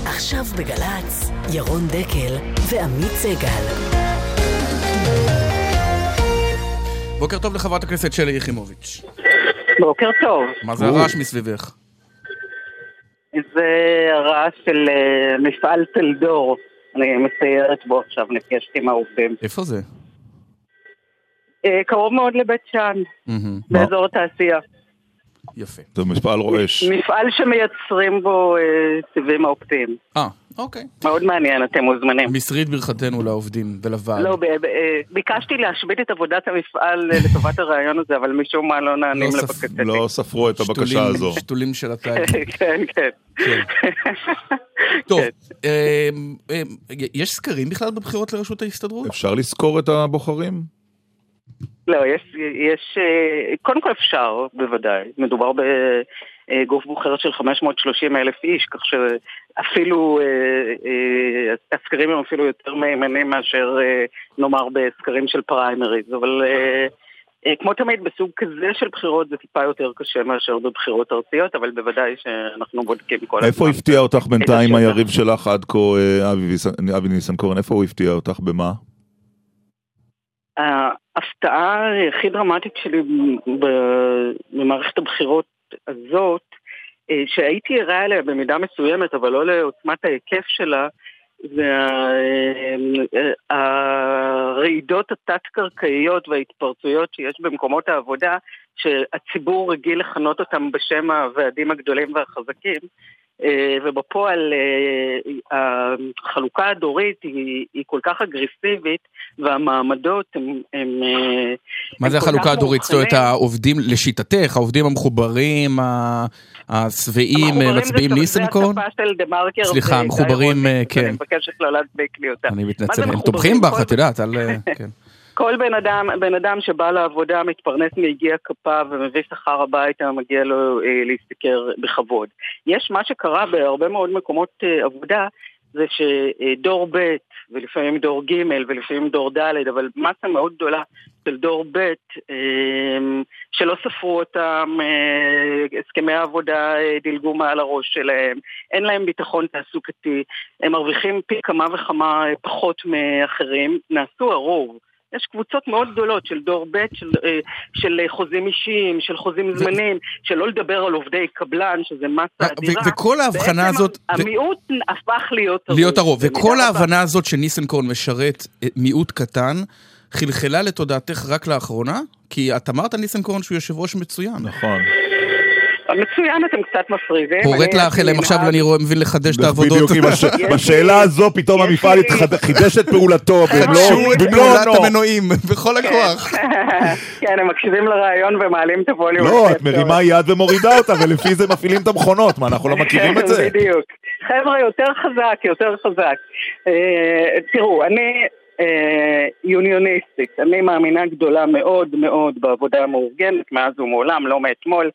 עכשיו בגלץ, ירון דקל ועמית סגל. בוקר טוב לחברת הכנסת שלי יחימוביץ'. בוקר טוב. מה זה הרעש מסביבך? זה הרעש של מפעל טלדור. אני מסיירת בו עכשיו, נפגשתי עם העובדים. איפה זה? קרוב מאוד לבית שאן, באזור התעשייה. יפה. זה מפעל רועש. מפעל שמייצרים בו סיבים האופטיים. אוקיי. מאוד מעניין, אתם מוזמנים. מסרית ברכתנו לעובדים ולוועד. לא, ביקשתי להשבית את עבודת המפעל לטובת הרעיון הזה, אבל משום מה לא נענים לבקשתי. לא ספרו את הבקשה הזו. שתולים של התאי. כן, כן. טוב, יש סקרים בכלל בבחירות לרשות ההסתדרות? אפשר לזכור את הבוחרים? לא, יש, קודם כל אפשר, בוודאי. מדובר בגוף בוחר של 530,000 איש, כך שאפילו, הסקרים הם אפילו יותר מהימנים מאשר נאמר בסקרים של פריימריז, אבל כמו תמיד בסוג כזה של בחירות זה טיפה יותר קשה מאשר בבחירות ארציות, אבל בוודאי שאנחנו בודקים כל הזמן. איפה הפתיע אותך בינתיים היריב שלך עד כה, אבי ניסנקורן? איפה הוא הפתיע אותך? במה? ההפתעה הכי דרמטית שלי במערכת הבחירות הזאת, שהייתי ערה אליה במידה מסוימת, אבל לא לעוצמת ההיקף שלה, זה הרעידות התת-קרקעיות וההתפרצויות שיש במקומות העבודה, שהציבור רגיל לכנות אותם בשם הוועדים הגדולים והחזקים, ובפועל החלוקה הדורית היא כל כך אגרסיבית, והמעמדות הם מה זה החלוקה הדורית? זאת אומרת, העובדים, לשיטתך, העובדים המחוברים, השבעים, מצביעים ניסנקורן? זה השפה של דה מרקר. סליחה, מחוברים, כן. אני מבקשת לא להדביק לי אותה. אני מתנצל, הם תומכים בך, את יודעת, כן. כל בן אדם שבא לעבודה מתפרנס מיגיע כפה ומביא שכר הביתה, מגיע לו להסתכר בכבוד. יש מה שקרה בהרבה מאוד מקומות עבודה, זה שדור ב' ולפעמים דור ג' ולפעמים דור ד', אבל מסה מאוד גדולה של דור ב' שלא ספרו אותם, הסכמי העבודה דילגו מעל הראש שלהם, אין להם ביטחון תעסוקתי, הם מרוויחים פי כמה וכמה פחות מאחרים, נעשו הרוב. יש קבוצות מאוד גדולות של דור ב' של חוזים אישיים, של חוזים זמנים, שלא לדבר על עובדי קבלן, שזה מסה אדירה. וכל ההבחנה הזאת... המיעוט הפך להיות הרוב. וכל ההבנה הזאת שניסנקורן משרת מיעוט קטן, חלחלה לתודעתך רק לאחרונה? כי את אמרת ניסנקורן שהוא יושב ראש מצוין. נכון. מצוין, אתם קצת מפרידים. הורית לך אליהם עכשיו, אני מבין לחדש את העבודות. בדיוק, בשאלה הזו פתאום המפעל חידש את פעולתו. חדשו את פעולת המנועים, בכל הכוח. כן, הם מקשיבים לרעיון ומעלים את הווליום. לא, את מרימה יד ומורידה אותה, ולפי זה מפעילים את המכונות. מה, אנחנו לא מכירים את זה? בדיוק. חבר'ה, יותר חזק. תראו, אני יוניוניסטית. אני מאמינה גדולה מאוד מאוד בעבודה המאורגנת, מאז ומעולם, לא מאתמול.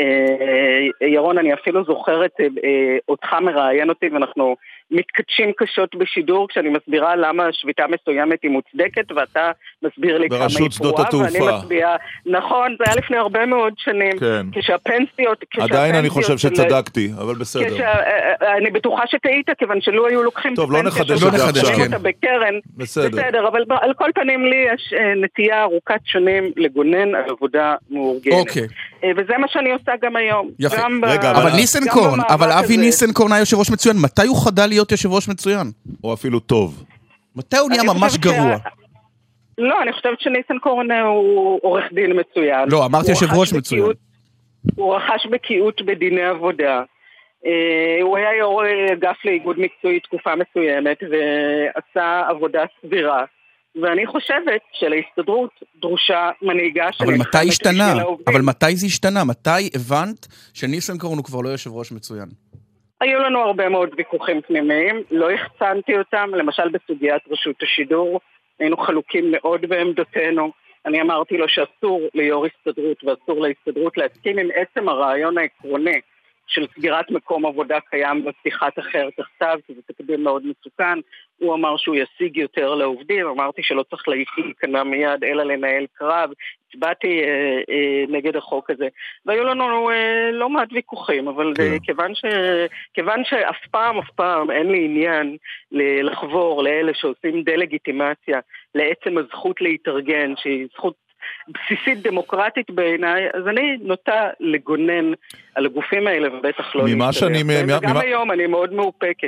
ירון, אני אפילו זוכרת אותך מראיין אותי, ואנחנו מתקדשים קשות בשידור, כשאני מסבירה למה שביתה מסוימת היא מוצדקת, ואתה מסביר לי כמה היא פרועה, ואני מסבירה, נכון, זה היה לפני הרבה מאוד שנים, כשהפנסיות... עדיין אני חושב שצדקתי, אבל בסדר. אני בטוחה שטעית, כיוון שלא היו לוקחים... טוב, לא נחדש את זה עכשיו. בסדר, אבל על כל פנים לי יש נטייה ארוכת שנים לגונן על עבודה מאורגנת. וזה מה שאני עושה גם היום. יפה. רגע, אבל ניסנקורן, אבל אבי ניסנקורן היה יושב ראש מצוין. מתי הוא חדל להיות יושב ראש מצוין? או אפילו טוב. מתי הוא נהיה ממש גרוע? לא, אני חושבת שניסנקורן הוא עורך דין מצוין. לא, אמרתי יושב ראש מצוין. הוא רכש בקיאות בדיני עבודה. הוא היה יו"ר אגף לאיגוד מקצועי תקופה מסוימת, ועשה עבודה סבירה. ואני חושבת שלהסתדרות דרושה מנהיגה של... אבל מתי השתנה? אבל מתי זה השתנה? מתי הבנת שניסנקורן הוא כבר לא יושב ראש מצוין? היו לנו הרבה מאוד ויכוחים פנימיים, לא החצנתי אותם, למשל בסוגיית רשות השידור, היינו חלוקים מאוד בעמדותינו, אני אמרתי לו שאסור ליו"ר הסתדרות ואסור להסתדרות להסכים עם עצם הרעיון העקרוני של סגירת מקום עבודה קיים בפתיחת אחר תחתיו, כי זה תקדים מאוד מסוכן. הוא אמר שהוא ישיג יותר לעובדים, אמרתי שלא צריך להיכנע מיד, אלא לנהל קרב. הצבעתי נגד החוק הזה, והיו לנו לא מעט ויכוחים, אבל כיוון שאף פעם אין לי עניין לחבור לאלה שעושים דלגיטימציה לעצם הזכות להתארגן, שהיא זכות בסיסית דמוקרטית בעיניי, אז אני נוטה לגונן על הגופים האלה, ובטח לא להתארגן. וגם היום אני מאוד מאופקת.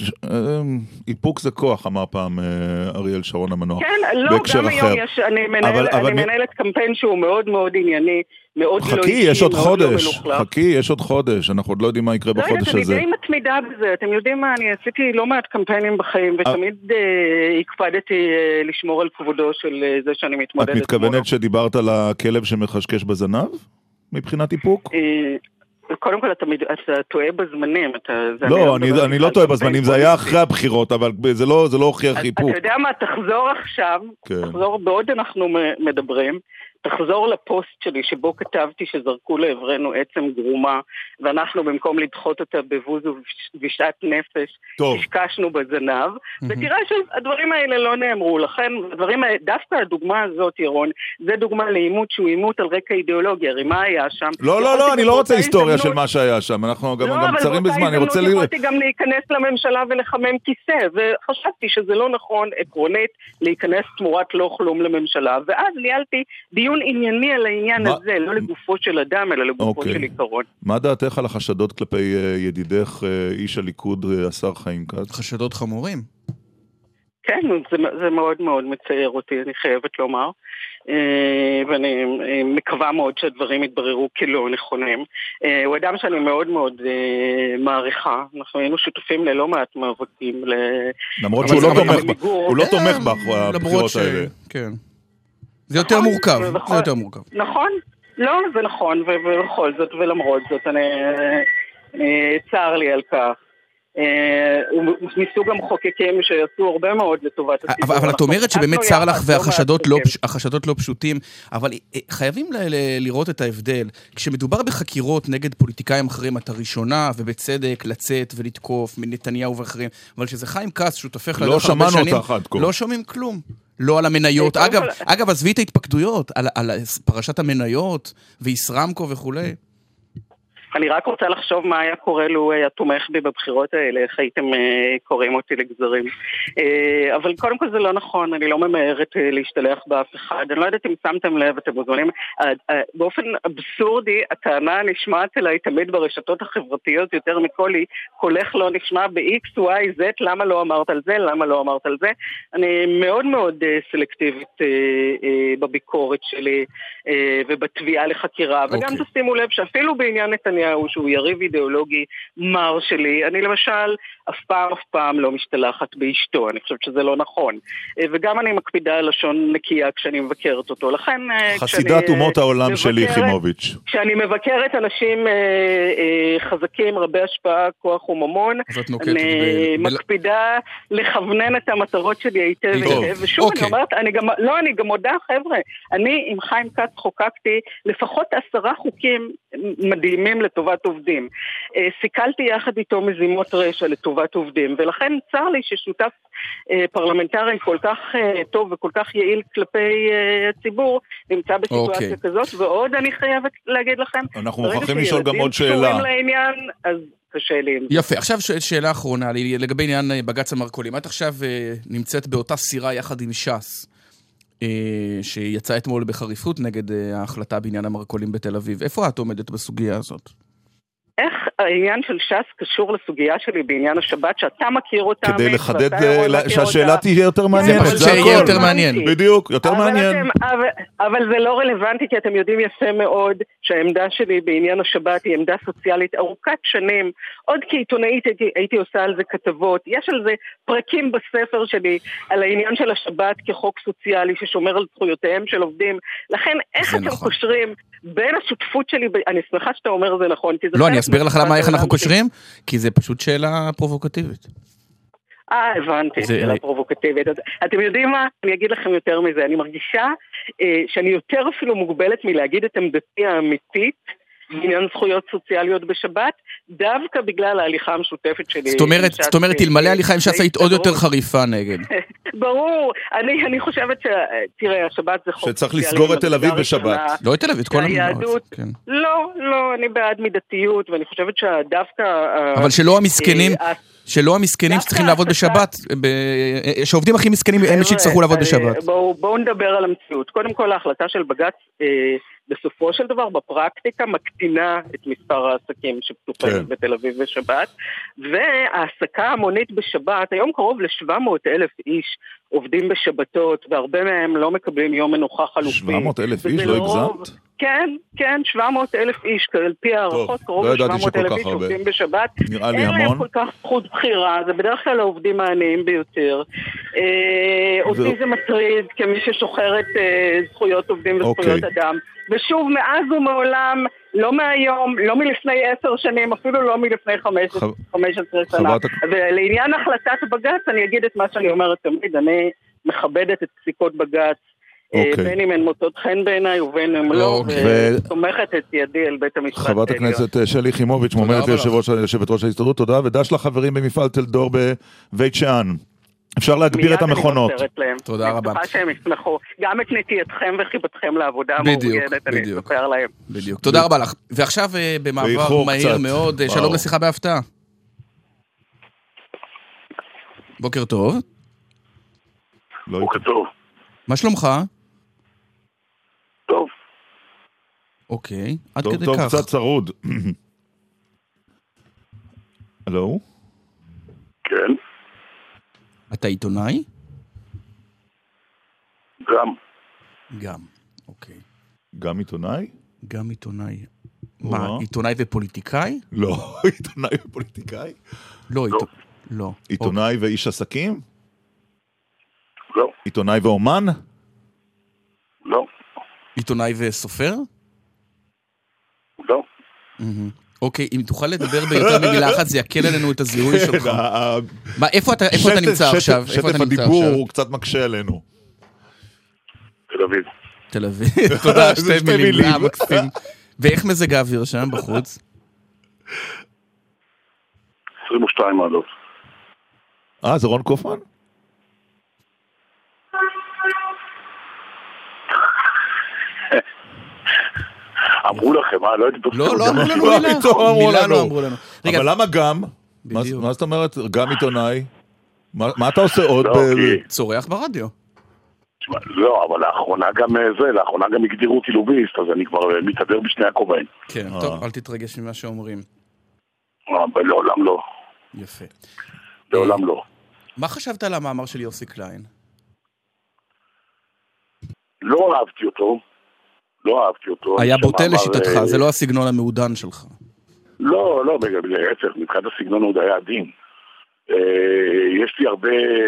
איפוק זה כוח, אמר פעם אריאל שרון המנוח. כן, לא, גם היום אני מנהלת קמפיין שהוא מאוד מאוד ענייני, מאוד לא אישי, מאוד לא מלוכלך. חכי, יש עוד חודש, אנחנו עוד לא יודעים מה יקרה בחודש הזה. אני די מתמידה בזה, אתם יודעים מה, אני עשיתי לא מעט קמפיינים בחיים, ותמיד הקפדתי לשמור על כבודו של זה שאני מתמודדת. את מתכוונת שדיברת על הכלב שמחשקש בזנב? מבחינת איפוק? קודם כל אתה טועה בזמנים. לא, אני לא טועה בזמנים, זה היה אחרי הבחירות, אבל זה לא הוכיח איפוק. אתה יודע מה, תחזור עכשיו, תחזור בעוד אנחנו מדברים, תחזור לפוסט שלי שבו כתבתי שזרקו לעברנו עצם גרומה, ואנחנו במקום לדחות אותה בבוז ובשעת נפש, השקשנו בזנב, ותראה שהדברים האלה לא נאמרו, לכן דווקא הדוגמה הזאת, ירון, זה דוגמה לאימות שהוא אימות על רקע אידיאולוגיה, הרי מה היה שם? לא, אני לא רוצה היסטוריה של מה שהיה שם, אנחנו גם קצרים בזמן, אני רוצה יכולתי גם להיכנס לממשלה ולחמם כיסא, וחשבתי שזה לא נכון עקרונית להיכנס תמורת לא כלום לממשלה, ואז ניהלתי דיון ענייני על העניין הזה, לא לגופו של אדם, אלא לגופו של עיקרון. מה דעתך על החשדות כלפי ידידך, איש הליכוד, השר חיים כץ? חשדות חמורים. כן, זה מאוד מאוד מצייר אותי, אני חייבת לומר, ואני מקווה מאוד שהדברים יתבררו כלא נכונים. הוא אדם שאני מאוד מאוד מעריכה, אנחנו היינו שותפים ללא מעט מאבקים. למרות שהוא לא תומך בבחירות האלה. כן. זה יותר מורכב, זה יותר מורכב. נכון, לא, זה נכון, ובכל זאת, ולמרות זאת, אני צער לי על כך. מסוג המחוקקים שיעשו הרבה מאוד לטובת הציבור. אבל את אומרת שבאמת צער לך והחשדות לא פשוטים, אבל חייבים לראות את ההבדל. כשמדובר בחקירות נגד פוליטיקאים אחרים, אתה ראשונה ובצדק לצאת ולתקוף מנתניהו ואחרים, אבל שזה חיים כץ שותפך לא שמענו אותך עד כה. לא שומעים כלום. לא על המניות. אגב, עזבי את ההתפקדויות, על פרשת המניות וישרמקו וכולי. אני רק רוצה לחשוב מה היה קורה לו היה תומך בי בבחירות האלה, איך הייתם קוראים אותי לגזרים. אבל קודם כל זה לא נכון, אני לא ממהרת להשתלח באף אחד. אני לא יודעת אם שמתם לב, אתם מוזמנים, באופן אבסורדי, הטענה נשמעת אליי תמיד ברשתות החברתיות יותר מכולי, קולך לא נשמע ב-X, Y, Z, למה לא אמרת על זה, למה לא אמרת על זה. אני מאוד מאוד סלקטיבית בביקורת שלי ובתביעה לחקירה, וגם תשימו לב שאפילו בעניין נתניהו, שהוא יריב אידיאולוגי מר שלי, אני למשל אף פעם לא משתלחת באשתו, אני חושבת שזה לא נכון, וגם אני מקפידה לשון נקייה כשאני מבקרת אותו, לכן חסידת אומות העולם שלי חימוביץ', כשאני מבקרת אנשים חזקים, רבי השפעה, כוח וממון, אני מקפידה לכוונן את המטרות שלי היטב, ושוב אני אומרת, אני גם מודה חבר'ה, אני עם חיים כץ חוקקתי לפחות 10 חוקים מדהימים לטובת עובדים. סיכלתי יחד איתו מזימות רשע לטובת עובדים, ולכן צר לי ששותף פרלמנטרי כל כך טוב וכל כך יעיל כלפי הציבור נמצא בסיטואציה כזאת, ועוד אני חייבת להגיד לכם, אנחנו מוכרחים לשאול גם עוד שאלה. לעניין, אז קשה לי. יפה, עכשיו שאלה אחרונה לגבי עניין בג"ץ המרכולים. את עכשיו נמצאת באותה סירה יחד עם ש"ס, שיצא אתמול בחריפות נגד ההחלטה בעניין המרכולים בתל אביב. איפה את עומדת בסוגיה הזאת? איך העניין של ש"ס קשור לסוגיה שלי בעניין השבת, שאתה מכיר אותה? כדי לחדד שהשאלה תהיה יותר מעניינת. זה יהיה יותר מעניין. בדיוק, יותר מעניין. אבל זה לא רלוונטי, כי אתם יודעים יפה מאוד שהעמדה שלי בעניין השבת היא עמדה סוציאלית ארוכת שנים. עוד כעיתונאית הייתי עושה על זה כתבות. יש על זה פרקים בספר שלי על העניין של השבת כחוק סוציאלי ששומר על זכויותיהם של עובדים. לכן איך אתם קושרים בין השותפות שלי, אני שמחה שאתה אומר זה נכון. לא, אני אסביר לך למה איך אנחנו קושרים, כי זה פשוט שאלה פרובוקטיבית. הבנתי, שאלה פרובוקטיבית. אתם יודעים מה? אני אגיד לכם יותר מזה. אני מרגישה שאני יותר אפילו מוגבלת מלהגיד את עמדתי האמיתית, בעניין זכויות סוציאליות בשבת, דווקא בגלל ההליכה המשותפת שלי. זאת אומרת, אלמלא הליכה עם ש"ס היית עוד יותר חריפה נגד. ברור, אני חושבת תראה, השבת זה חוק שצריך לסגור את תל אביב בשבת. לא את תל אביב, את כל המדינות. לא, אני בעד מידתיות, ואני חושבת שדווקא... אבל שלא המסכנים שצריכים לעבוד בשבת, שעובדים הכי מסכנים הם שיצטרכו לעבוד בשבת. בואו נדבר על המציאות. קודם כל, ההחלטה של בג"ץ בסופו של דבר, בפרקטיקה מקטינה את מספר העסקים שפתוחים בתל אביב בשבת, והעסקה המונית בשבת, היום קרוב ל-700,000 איש עובדים בשבתות, והרבה מהם לא מקבלים יום מנוחה חלופי. 700,000 איש? לא הגזמת? כן, 700,000 איש, על פי הערכות, קרוב ל-700,000 איש עובדים בשבת. נראה לי המון. אין להם כל כך זכות בחירה, זה בדרך כלל העובדים העניים ביותר. אותי זה מטריד, כמי ששוחרת זכויות עובדים וזכויות אדם. ושוב, מאז ומעולם, לא מהיום, לא מלפני 10 שנים, אפילו לא מלפני 15 שנה. ולעניין החלטת בג"ץ, אני אגיד את מה שאני אומרת תמיד, אני מכבדת את פסיקות בג"ץ, בין אם הן מוצאות חן בעיניי ובין אם לא, ותומכת את ידי על בית המשפט. חברת הכנסת שלי יחימוביץ', מועמדת יושבת ראש ההסתדרות, תודה, ודש לחברים במפעל טלדור בבית שאן. אפשר להגביר את המכונות. תודה רבה. אני בטוחה שהם ישמחו. גם את נטייתכם וחיבתכם לעבודה המאורגנת, אני אספר להם. בדיוק. תודה רבה לך. ועכשיו במעבר מהיר מאוד, שלום לשיחה בהפתעה. בוקר טוב. בוקר טוב. מה שלומך? טוב. אוקיי, עד כדי כך. טוב, קצת צרוד. הלו? כן. אתה עיתונאי? גם, אוקיי. גם עיתונאי? גם עיתונאי. מה, עיתונאי ופוליטיקאי? לא, עיתונאי ופוליטיקאי? לא. עיתונאי ואיש עסקים? לא. עיתונאי ואומן? לא. עיתונאי וסופר? לא. אוקיי, אם תוכל לדבר ביותר ממילה אחת, זה יקל עלינו את הזיהוי שלך. איפה אתה נמצא עכשיו? שטף הדיבור הוא קצת מקשה עלינו. תל אביב. תודה, שתי מילים. מקסים. ואיך מזג האוויר שם בחוץ? 22 מעלות. זה רון קופמן? אמרו לכם, לא הייתי בטוח. לא אמרו לנו מילה לא אמרו לנו. אבל למה גם? מה זאת אומרת, גם עיתונאי? מה אתה עושה עוד? צורח ברדיו. לא, אבל לאחרונה גם הגדירו אותי לוביסט, אז אני כבר מתהדר בשני הכובעים. כן, טוב, אל תתרגש ממה שאומרים. לעולם לא. יפה. לעולם לא. מה חשבת על המאמר של יוסי קליין? לא אהבתי אותו. היה בוטה לשיטתך, זה לא הסגנון המעודן שלך. לא, להפך, מבחינת הסגנון הוא היה עדין. יש לי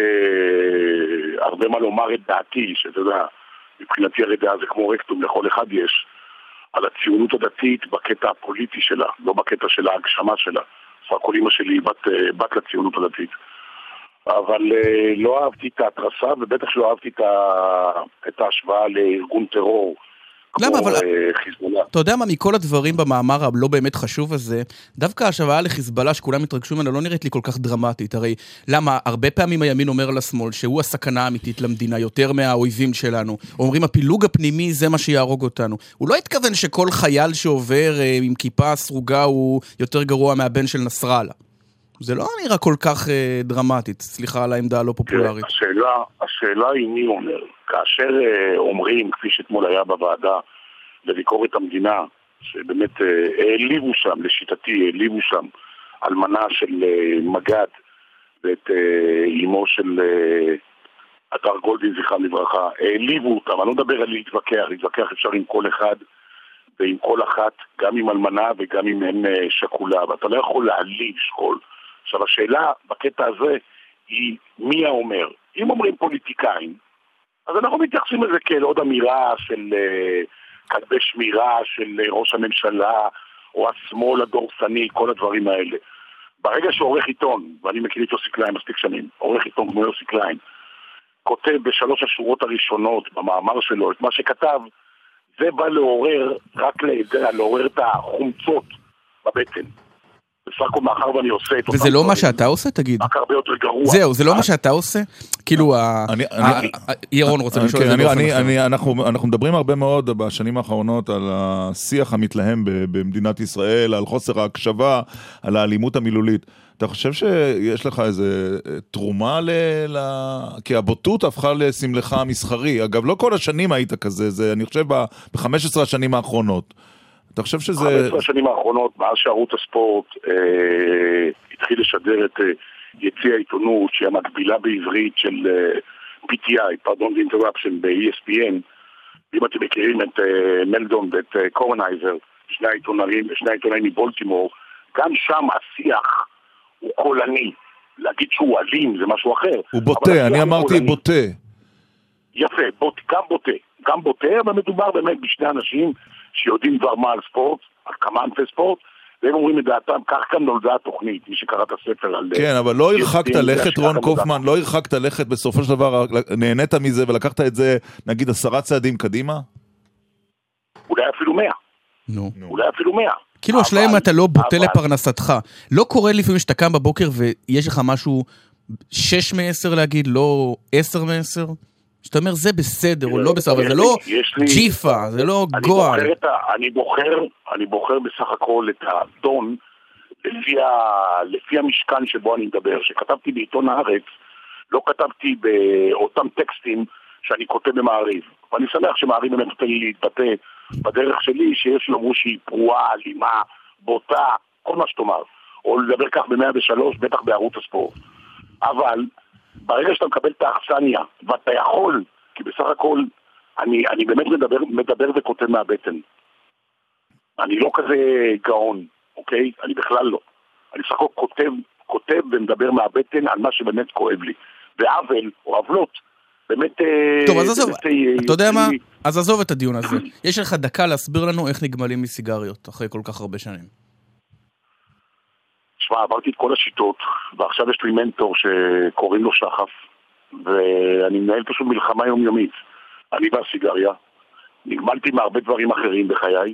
הרבה מה לומר את דעתי, שאתה יודע, מבחינתי הרי דעה זה כמו רקטום, לכל אחד יש, על הציונות הדתית בקטע הפוליטי שלה, לא בקטע של ההגשמה שלה. סך הכל אמא שלי בת לציונות הדתית. אבל לא אהבתי את ההתרסה, ובטח שלא אהבתי את ההשוואה לארגון טרור. למה? אבל אתה יודע מה, מכל הדברים במאמר הלא באמת חשוב הזה, דווקא השוואה לחיזבאללה שכולם התרגשו ממנו לא נראית לי כל כך דרמטית. הרי למה? הרבה פעמים הימין אומר לשמאל שהוא הסכנה האמיתית למדינה, יותר מהאויבים שלנו. אומרים הפילוג הפנימי זה מה שיהרוג אותנו. הוא לא התכוון שכל חייל שעובר עם כיפה סרוגה הוא יותר גרוע מהבן של נסראללה. זה לא נראה כל כך דרמטית, סליחה על העמדה הלא פופולרית. השאלה היא מי אומר. כאשר אומרים, כפי שאתמול היה בוועדה לביקורת המדינה, שבאמת העליבו שם, לשיטתי העליבו שם, אלמנה של מגד ואת אמו של אתר גולדין זכרם לברכה, העליבו אותם. אני לא מדבר על להתווכח אפשר עם כל אחד ועם כל אחת, גם עם אלמנה וגם עם הן שקולה, ואתה לא יכול להעליב שכול. עכשיו השאלה בקטע הזה היא מי האומר. אם אומרים פוליטיקאים, אז אנחנו מתייחסים לזה כאל עוד אמירה של כלבי שמירה של ראש הממשלה או השמאל הדורסני, כל הדברים האלה. ברגע שעורך עיתון, ואני מכיר את יוסי קליין מספיק שנים, עורך עיתון כמו יוסי קליין, כותב בשלוש השורות הראשונות במאמר שלו את מה שכתב, זה בא לעורר את החומצות בבטן. בסך הכל מאחר ואני עושה את... וזה לא מה שאתה עושה, תגיד? רק הרבה יותר גרוע. זהו, זה לא מה שאתה עושה? כאילו, ירון רוצה לשאול את זה באופן אחר. אנחנו מדברים הרבה מאוד בשנים האחרונות על השיח המתלהם במדינת ישראל, על חוסר ההקשבה, על האלימות המילולית. אתה חושב שיש לך איזה תרומה כי הבוטות הפכה לסמלך המסחרי. אגב, לא כל השנים היית כזה, אני חושב ב-15 השנים האחרונות. אתה חושב שזה... 15 השנים האחרונות, מאז שערוץ הספורט התחיל לשדר את יציע העיתונות, שהיא המקבילה בעברית של PTI, Pardon the Interruption, ב-ESPN, אם אתם מכירים את מלדון ואת קורנייזר, שני העיתונאים מבולטימור, גם שם השיח הוא קולני. להגיד שהוא אלים זה משהו אחר. הוא בוטה, אני אמרתי בוטה. יפה, גם בוטה, אבל מדובר באמת בשני אנשים שיודעים דבר מה על ספורט, על כמה ענפי ספורט, והם אומרים את דעתם, כך כאן נולדה התוכנית, מי שקרא את הספר על... כן, אבל לא הרחקת לכת, רון קופמן, לא הרחקת לכת, בסופו של דבר נהנית מזה ולקחת את זה, נגיד 10 צעדים קדימה? אולי אפילו 100. אולי אפילו 100. כאילו השלם אתה לא בוטה לפרנסתך. לא קורה לפעמים שאתה קם בבוקר ויש לך משהו 6 מ-10 להגיד, לא 10 מ-10? שאתה אומר זה בסדר או לא בסדר, אבל זה לא ג'יפה, זה לא גועל. אני בוחר בסך הכל את הדון לפי המשכן שבו אני מדבר. שכתבתי בעיתון הארץ, לא כתבתי באותם טקסטים שאני כותב במעריב. ואני שמח שמעריב באמת נותן לי להתבטא בדרך שלי, שיש שאומרו שהיא פרועה, אלימה, בוטה, כל מה שתאמר. או לדבר כך ב-103, בטח בערוץ הספורט. אבל ברגע שאתה מקבל את האכסניה, ואתה יכול, כי בסך הכל אני באמת מדבר וכותב מהבטן. אני לא כזה גאון, אוקיי? אני בכלל לא. אני בסך הכל כותב ומדבר מהבטן על מה שבאמת כואב לי. ועוול או עוולות, באמת... טוב, אז עזוב, אתה יודע מה? אז עזוב את הדיון הזה. יש לך דקה להסביר לנו איך נגמלים מסיגריות, אחרי כל כך הרבה שנים. תשמע, עברתי את כל השיטות, ועכשיו יש לי מנטור שקוראים לו שחף, ואני מנהל פשוט מלחמה יומיומית. אני והסיגריה, נגמלתי מהרבה דברים אחרים בחיי,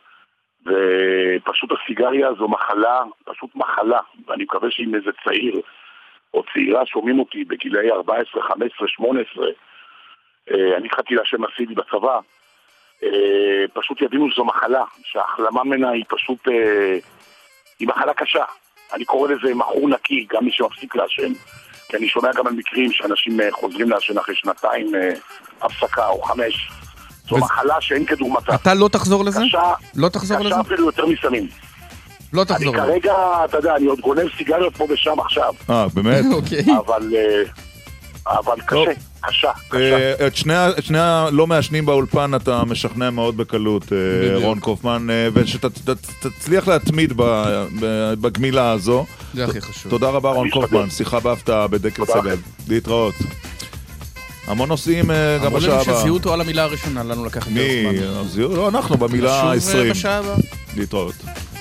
ופשוט הסיגריה זו מחלה, פשוט מחלה, ואני מקווה שאם איזה צעיר או צעירה שומעים אותי בגילאי 14, 15, 18, אני התחלתי לעשן מסיבי בצבא, פשוט יבינו שזו מחלה, שההחלמה ממנה היא פשוט, היא מחלה קשה. אני קורא לזה מכור נקי, גם מי שמפסיק לעשן, כי אני שומע גם על מקרים שאנשים חוזרים לעשן אחרי 2 הפסקה או 5. זו מחלה שאין כדוגמתה. אתה לא תחזור לזה? לא תחזור לזה? קשה אפילו יותר מסמים. לא תחזור לזה. אני כרגע, אתה יודע, אני עוד גונב סיגריות פה ושם עכשיו. באמת? אוקיי. אבל קשה, קשה. את שני הלא מעשנים באולפן אתה משכנע מאוד בקלות, רון קופמן, ושתצליח להתמיד בגמילה הזו. זה הכי חשוב. תודה רבה רון קופמן, שיחה בהפתעה בדקל סגל. להתראות. המון נושאים גם בשעה הבאה. שזיהו אותו על המילה הראשונה, לנו לקח יותר זמן. לא, אנחנו במילה 20. שוב בשעה הבאה. להתראות.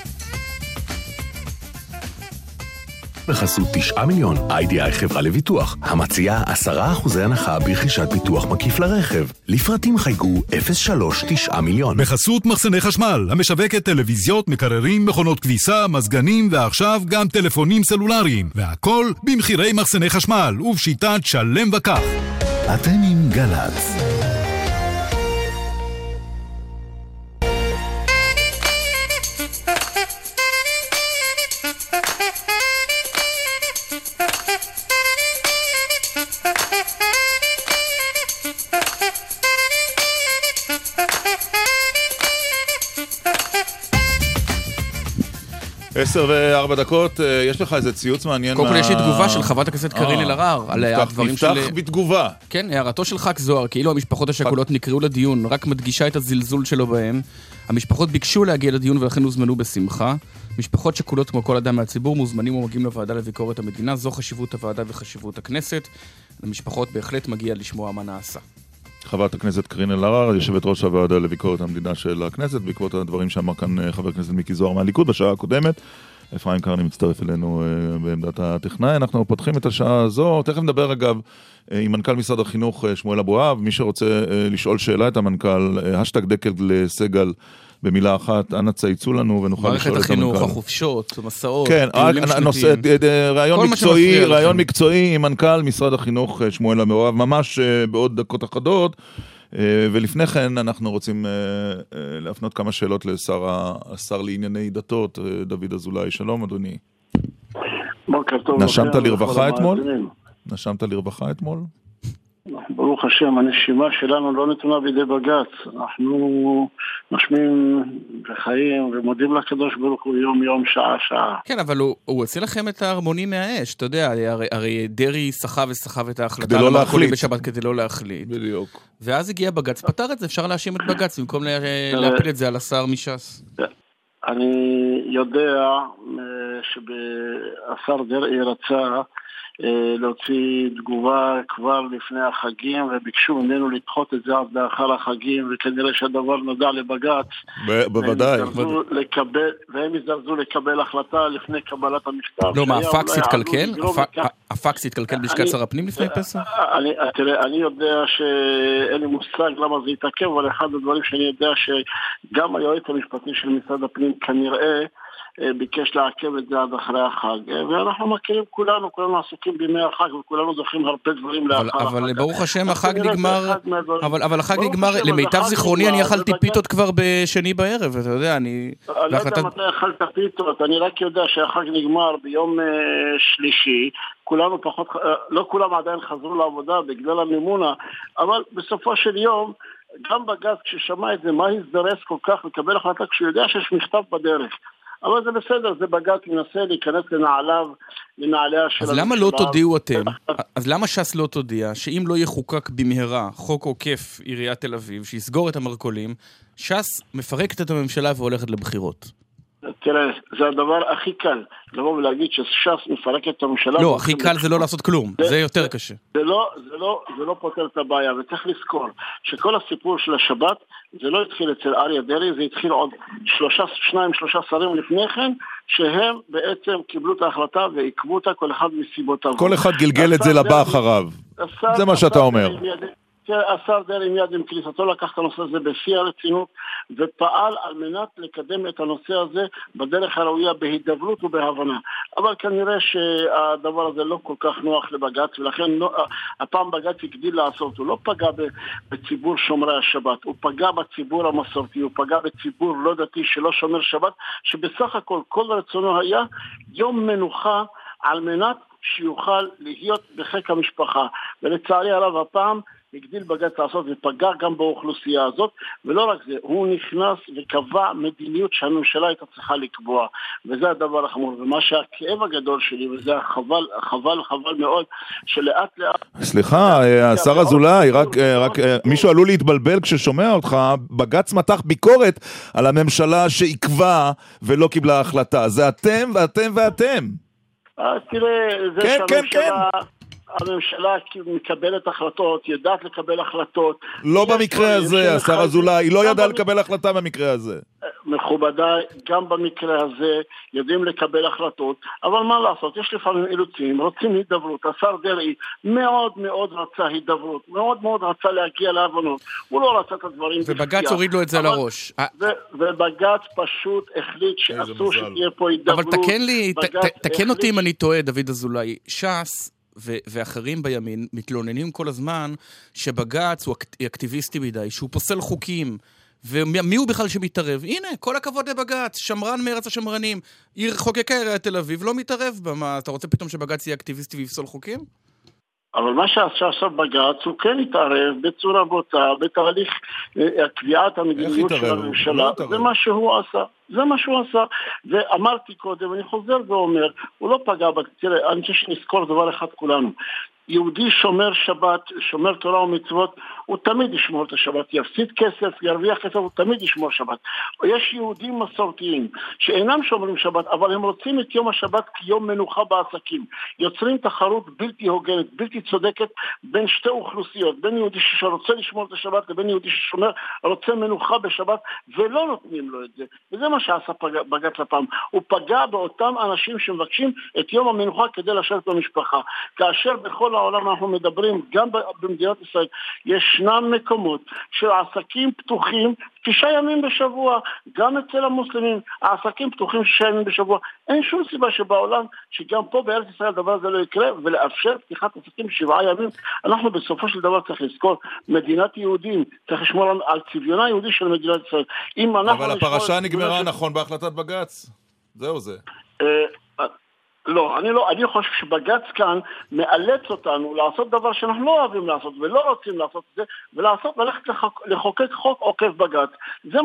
בחסות 9 מיליון, IDI חברה לביטוח, המציעה 10% הנחה ברכישת ביטוח מקיף לרכב. לפרטים חייגו 03-9 מיליון. בחסות מחסני חשמל, המשווקת טלוויזיות, מקררים, מכונות כביסה, מזגנים, ועכשיו גם טלפונים סלולריים. והכל במחירי מחסני חשמל, ובשיטת שלם וכך. אתם עם גלץ. עשר ו4 דקות, יש לך איזה ציוץ מעניין. קודם כל יש לי תגובה של חברת הכנסת קארין אלהרר על הדברים של... נפתח בתגובה. כן, הערתו של ח"כ זוהר, כאילו המשפחות השכולות נקראו לדיון, רק מדגישה את הזלזול שלו בהם. המשפחות ביקשו להגיע לדיון ולכן הוזמנו בשמחה. משפחות שכולות כמו כל אדם מהציבור מוזמנים ומגיעים לוועדה לביקורת המדינה. זו חשיבות הוועדה וחשיבות הכנסת. למשפחות בהחלט מגיע לשמוע מה נעשה. חברת הכנסת קארין אלהרר, יושבת ראש הוועדה לביקורת המדינה של הכנסת, בעקבות הדברים שאמר כאן חבר הכנסת מיקי זוהר מהליכוד בשעה הקודמת. אפרים קרני מצטרף אלינו בעמדת הטכנאי. אנחנו פותחים את השעה הזו. תכף נדבר אגב עם מנכ"ל משרד החינוך שמואל אבואב. מי שרוצה לשאול שאלה את המנכ"ל, השטג דקל לסגל במילה אחת, אנא צייצו לנו ונוכל לשאול את המנכ"ל. מערכת החינוך, החופשות, מסעות, כן, רעיון מקצועי עם מנכ"ל משרד החינוך שמואל אבואב, ממש בעוד דקות אחדות. ולפני כן אנחנו רוצים להפנות כמה שאלות לשר לענייני דתות, דוד אזולאי. שלום אדוני. בוקר טוב. נשמת לרווחה אתמול? נשמת לרווחה אתמול? ברוך השם, הנשימה שלנו לא נתונה בידי בג"ץ. אנחנו נשמים וחיים ומודים לקדוש ברוך הוא יום יום, שעה שעה. כן, אבל הוא הוציא לכם את ההרמונים מהאש, אתה יודע, הרי דרי סחב את ההחלטה כדי לא להחליט בשבת כדי לא להחליט. בדיוק. ואז הגיע בג"ץ, פתר את זה, אפשר להאשים את בג"ץ במקום להפיל את זה על השר מש"ס. אני יודע שהשר דרעי רצה להוציא תגובה כבר לפני החגים, וביקשו ממנו לדחות את זה עד לאחר החגים, וכנראה שהדבר נודע לבג"ץ. בוודאי. והם יזרזו לקבל החלטה לפני קבלת המכתב. לא, מה, הפקס התקלקל? הפקס התקלקל בלשכת שר הפנים לפני פסח? תראה, אני יודע שאין לי מושג למה זה יתעכב, אבל אחד הדברים שאני יודע שגם היועץ המשפטי של משרד הפנים כנראה ביקש לעכב את זה עד אחרי החג, ואנחנו מכירים כולנו עסוקים בימי החג, וכולנו זוכים הרבה דברים לאחר החג. אבל ברוך השם החג נגמר, אבל החג נגמר, למיטב זכרוני אני אכלתי פיתות כבר בשני בערב, אתה יודע, אני לא יודע מתי אכלת פיתות, אני רק יודע שהחג נגמר ביום שלישי, לא כולם עדיין חזרו לעבודה בגלל המימונה, אבל בסופו של יום, גם בג"ץ כששמע את זה, מה הזדרז כל כך לקבל החלטה כשהוא יודע שיש מכתב בדרך. אבל זה בסדר, זה בג"ץ מנסה להיכנס לנעליה של... אז למה לא תודיעו אתם? אז למה ש"ס לא תודיע שאם לא יחוקק במהרה חוק עוקף עיריית תל אביב, שיסגור את המרכולים, ש"ס מפרקת את הממשלה והולכת לבחירות? תראה, זה הדבר הכי קל, לבוא ולהגיד שש"ס מפרקת את הממשלה... לא, הכי קל זה לא לעשות כלום, זה יותר קשה. זה לא פותר את הבעיה, וצריך לזכור שכל הסיפור של השבת, זה לא התחיל אצל אריה דרעי, זה התחיל עוד 2-3 שרים לפני כן, שהם בעצם קיבלו את ההחלטה ועקבו אותה כל אחד מסיבותיו. כל אחד גלגל את זה לבא אחריו. זה מה שאתה אומר. השר דרעי מיד עם כניסתו לקח את הנושא הזה בשיא הרצינות ופעל על מנת לקדם את הנושא הזה בדרך הראויה, בהידברות ובהבנה. אבל כנראה שהדבר הזה לא כל כך נוח לבג"ץ, ולכן הפעם בג"ץ הגדיל לעשות. הוא לא פגע בציבור שומרי השבת, הוא פגע בציבור המסורתי, הוא פגע בציבור לא דתי שלא שומר שבת, שבסך הכל כל רצונו היה יום מנוחה על מנת שיוכל להיות בחיק המשפחה. ולצערי הרב הפעם הגדיל בג"ץ לעשות ופגע גם באוכלוסייה הזאת, ולא רק זה, הוא נכנס וקבע מדיניות שהממשלה הייתה צריכה לקבוע, וזה הדבר החמור. ומה שהכאב הגדול שלי, וזה חבל מאוד, שלאט לאט... סליחה, השר אזולאי, רק מישהו עלול להתבלבל כששומע אותך, בג"ץ מתח ביקורת על הממשלה שעקבה ולא קיבלה החלטה. זה אתם ואתם ואתם. תראה, זה שהממשלה... הממשלה מקבלת החלטות, יודעת לקבל החלטות. לא במקרה הזה, השר אזולאי, היא לא ידעה לקבל החלטה במקרה הזה. מכובדיי, גם במקרה הזה יודעים לקבל החלטות, אבל מה לעשות, יש לפעמים אילוצים, רוצים הידברות. השר דרעי מאוד מאוד רצה הידברות, מאוד מאוד רצה להגיע להבנות, הוא לא רצה את הדברים. ובג"ץ הוריד לו את זה על הראש. ובג"ץ פשוט החליט שאסור שתהיה פה הידברות. אבל תקן אותי אם אני טועה, דוד אזולאי, ש"ס ואחרים בימין מתלוננים כל הזמן שבג"ץ הוא אקטיביסטי מדי, שהוא פוסל חוקים, ומי הוא בכלל שמתערב? הנה, כל הכבוד לבג"ץ, שמרן מארץ השמרנים, חוקקה עיריית תל אביב, לא מתערב במה, אתה רוצה פתאום שבג"ץ יהיה אקטיביסטי ויפסול חוקים? אבל מה שעשה בג"ץ הוא כן התערב בצורה בוטה, בתהליך קביעת המדיניות של הממשלה, זה מה שהוא עשה. זה מה שהוא עשה, ואמרתי קודם, אני חוזר ואומר, הוא לא פגע, תראה, אני חושב שנזכור דבר אחד כולנו, יהודי שומר שבת, שומר תורה ומצוות, הוא תמיד ישמור את השבת, יפסיד כסף, ירוויח כסף, הוא תמיד ישמור שבת. יש יהודים מסורתיים שאינם שומרים שבת, אבל הם רוצים את יום השבת כיום מנוחה בעסקים. יוצרים תחרות בלתי הוגנת, בלתי צודקת בין שתי אוכלוסיות, בין יהודי שרוצה לשמור את השבת לבין יהודי ששומר, רוצה מנוחה בשבת, ולא נותנים לו את זה. וזה מה מה שעשה בג"ץ הפעם. הוא פגע באותם אנשים שמבקשים את יום המנוחה כדי לשבת במשפחה. כאשר בכל העולם אנחנו מדברים, גם במדינת ישראל, ישנם מקומות של עסקים פתוחים 9 ימים בשבוע, גם אצל המוסלמים, העסקים פתוחים 6 ימים בשבוע. אין שום סיבה שבעולם, שגם פה בארץ ישראל הדבר הזה לא יקרה, ולאפשר פתיחת עסקים 7 ימים. אנחנו בסופו של דבר צריך לזכור, מדינת יהודים, צריך לשמור על צביונה היהודי של מדינת ישראל. אבל הפרשה נגמרה נכון בהחלטת בג"ץ. זהו זה. לא, אני חושב שבג"ץ כאן מאלץ אותנו לעשות דבר שאנחנו לא אוהבים לעשות ולא רוצים לעשות את זה, וללכת לחוקק חוק עוקף בג"ץ. זה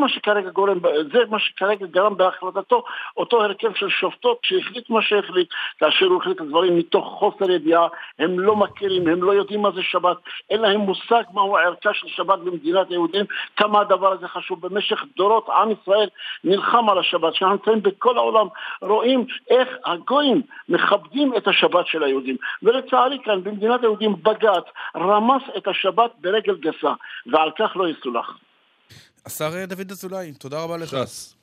מה שכרגע גרם בהחלטתו אותו הרכב של שופטות שהחליט מה שהחליט, כאשר הוא החליט את הדברים מתוך חוסר ידיעה. הם לא מכירים, הם לא יודעים מה זה שבת, אין להם מושג מהו הערכה של שבת במדינת היהודים, כמה הדבר הזה חשוב. במשך דורות עם ישראל נלחם על השבת, שאנחנו נמצאים בכל העולם, רואים איך הגויים מכבדים את השבת של היהודים, ולצערי כאן במדינת היהודים בג"ץ רמס את השבת ברגל גסה, ועל כך לא יסולח. השר דוד אזולאי, תודה רבה לך.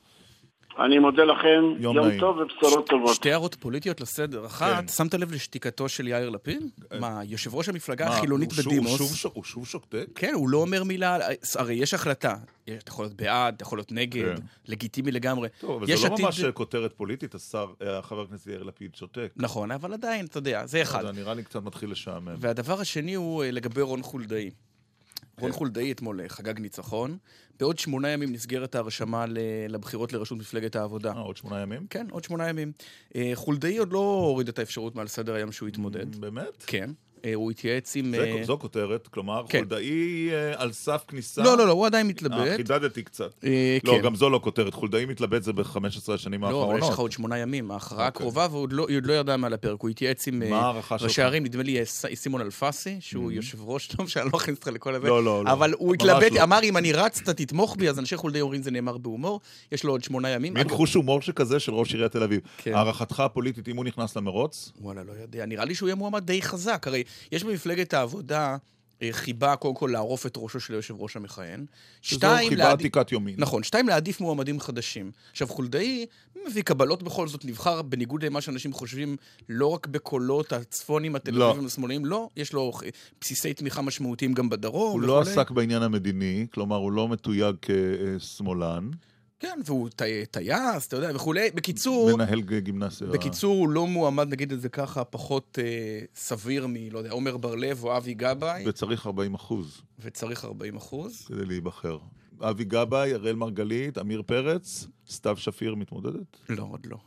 אני מודה לכם, יום טוב ובשורות טובות. 2 הערות פוליטיות לסדר. אחת, שמת לב לשתיקתו של יאיר לפיד? מה, יושב ראש המפלגה החילונית בדימוס? הוא שוב שוקטק? כן, הוא לא אומר מילה, הרי יש החלטה, אתה יכול להיות בעד, אתה יכול להיות נגד, לגיטימי לגמרי. טוב, אבל זה לא ממש כותרת פוליטית, חבר הכנסת יאיר לפיד שותק. נכון, אבל עדיין, אתה יודע, זה אחד. זה נראה לי קצת מתחיל לשעמם. והדבר השני הוא לגבי רון חולדאי. רון חולדאי אתמול חגג ניצחון, בעוד 8 ימים נסגרת ההרשמה לבחירות לראשות מפלגת העבודה. עוד 8 ימים? כן, עוד 8 ימים. חולדאי עוד לא הוריד את האפשרות מעל סדר היום שהוא יתמודד. באמת? כן. הוא התייעץ עם... זו כותרת, כלומר, חולדאי על סף כניסה... לא, הוא עדיין מתלבט. חידדתי קצת. לא, גם זו לא כותרת, חולדאי מתלבט זה ב-15 השנים האחרונות. לא, אבל יש לך עוד 8 ימים, ההכרעה הקרובה, והוא עוד לא ידע מעל הפרק. הוא התייעץ עם ראשי הערים, נדמה לי סימון אלפסי, שהוא יושב ראש טוב, שאני לא אכניס אותך לכל הזה. לא. אבל הוא התלבט, אמר, אם אני רץ, אתה תתמוך בי, אז אנשי חולדאי אומרים, זה נאמר בהומור, יש לו עוד 8 ימים. מין חוש הומור שכזה של ראש עיריית תל אביב. הערכתך הפוליטית, אם הוא נכנס למרוץ? וואלה, לא יודע. נראה לי שהוא יהיה מועמד די חזק. הרי יש במפלגת העבודה חיבה קודם כל לערוף את ראשו של יושב ראש המכהן. שזו חיבה עתיקת יומין. נכון, 2 להעדיף מועמדים חדשים. עכשיו חולדאי מביא קבלות בכל זאת, נבחר בניגוד למה שאנשים חושבים, לא רק בקולות הצפונים, התל אביבים השמאליים, לא, יש לו בסיסי תמיכה משמעותיים גם בדרום. הוא לא עסק בעניין המדיני, כלומר הוא לא מתויג כשמאלן. כן, והוא טייס, אתה יודע, וכולי. בקיצור... מנהל גימנסיה. בקיצור, הוא לא מועמד, נגיד את זה ככה, פחות סביר לא יודע, עומר בר-לב או אבי גבאי. וצריך 40%. וצריך 40%. כדי להיבחר. אבי גבאי, אראל מרגלית, אמיר פרץ, סתיו שפיר מתמודדת? לא, עוד לא.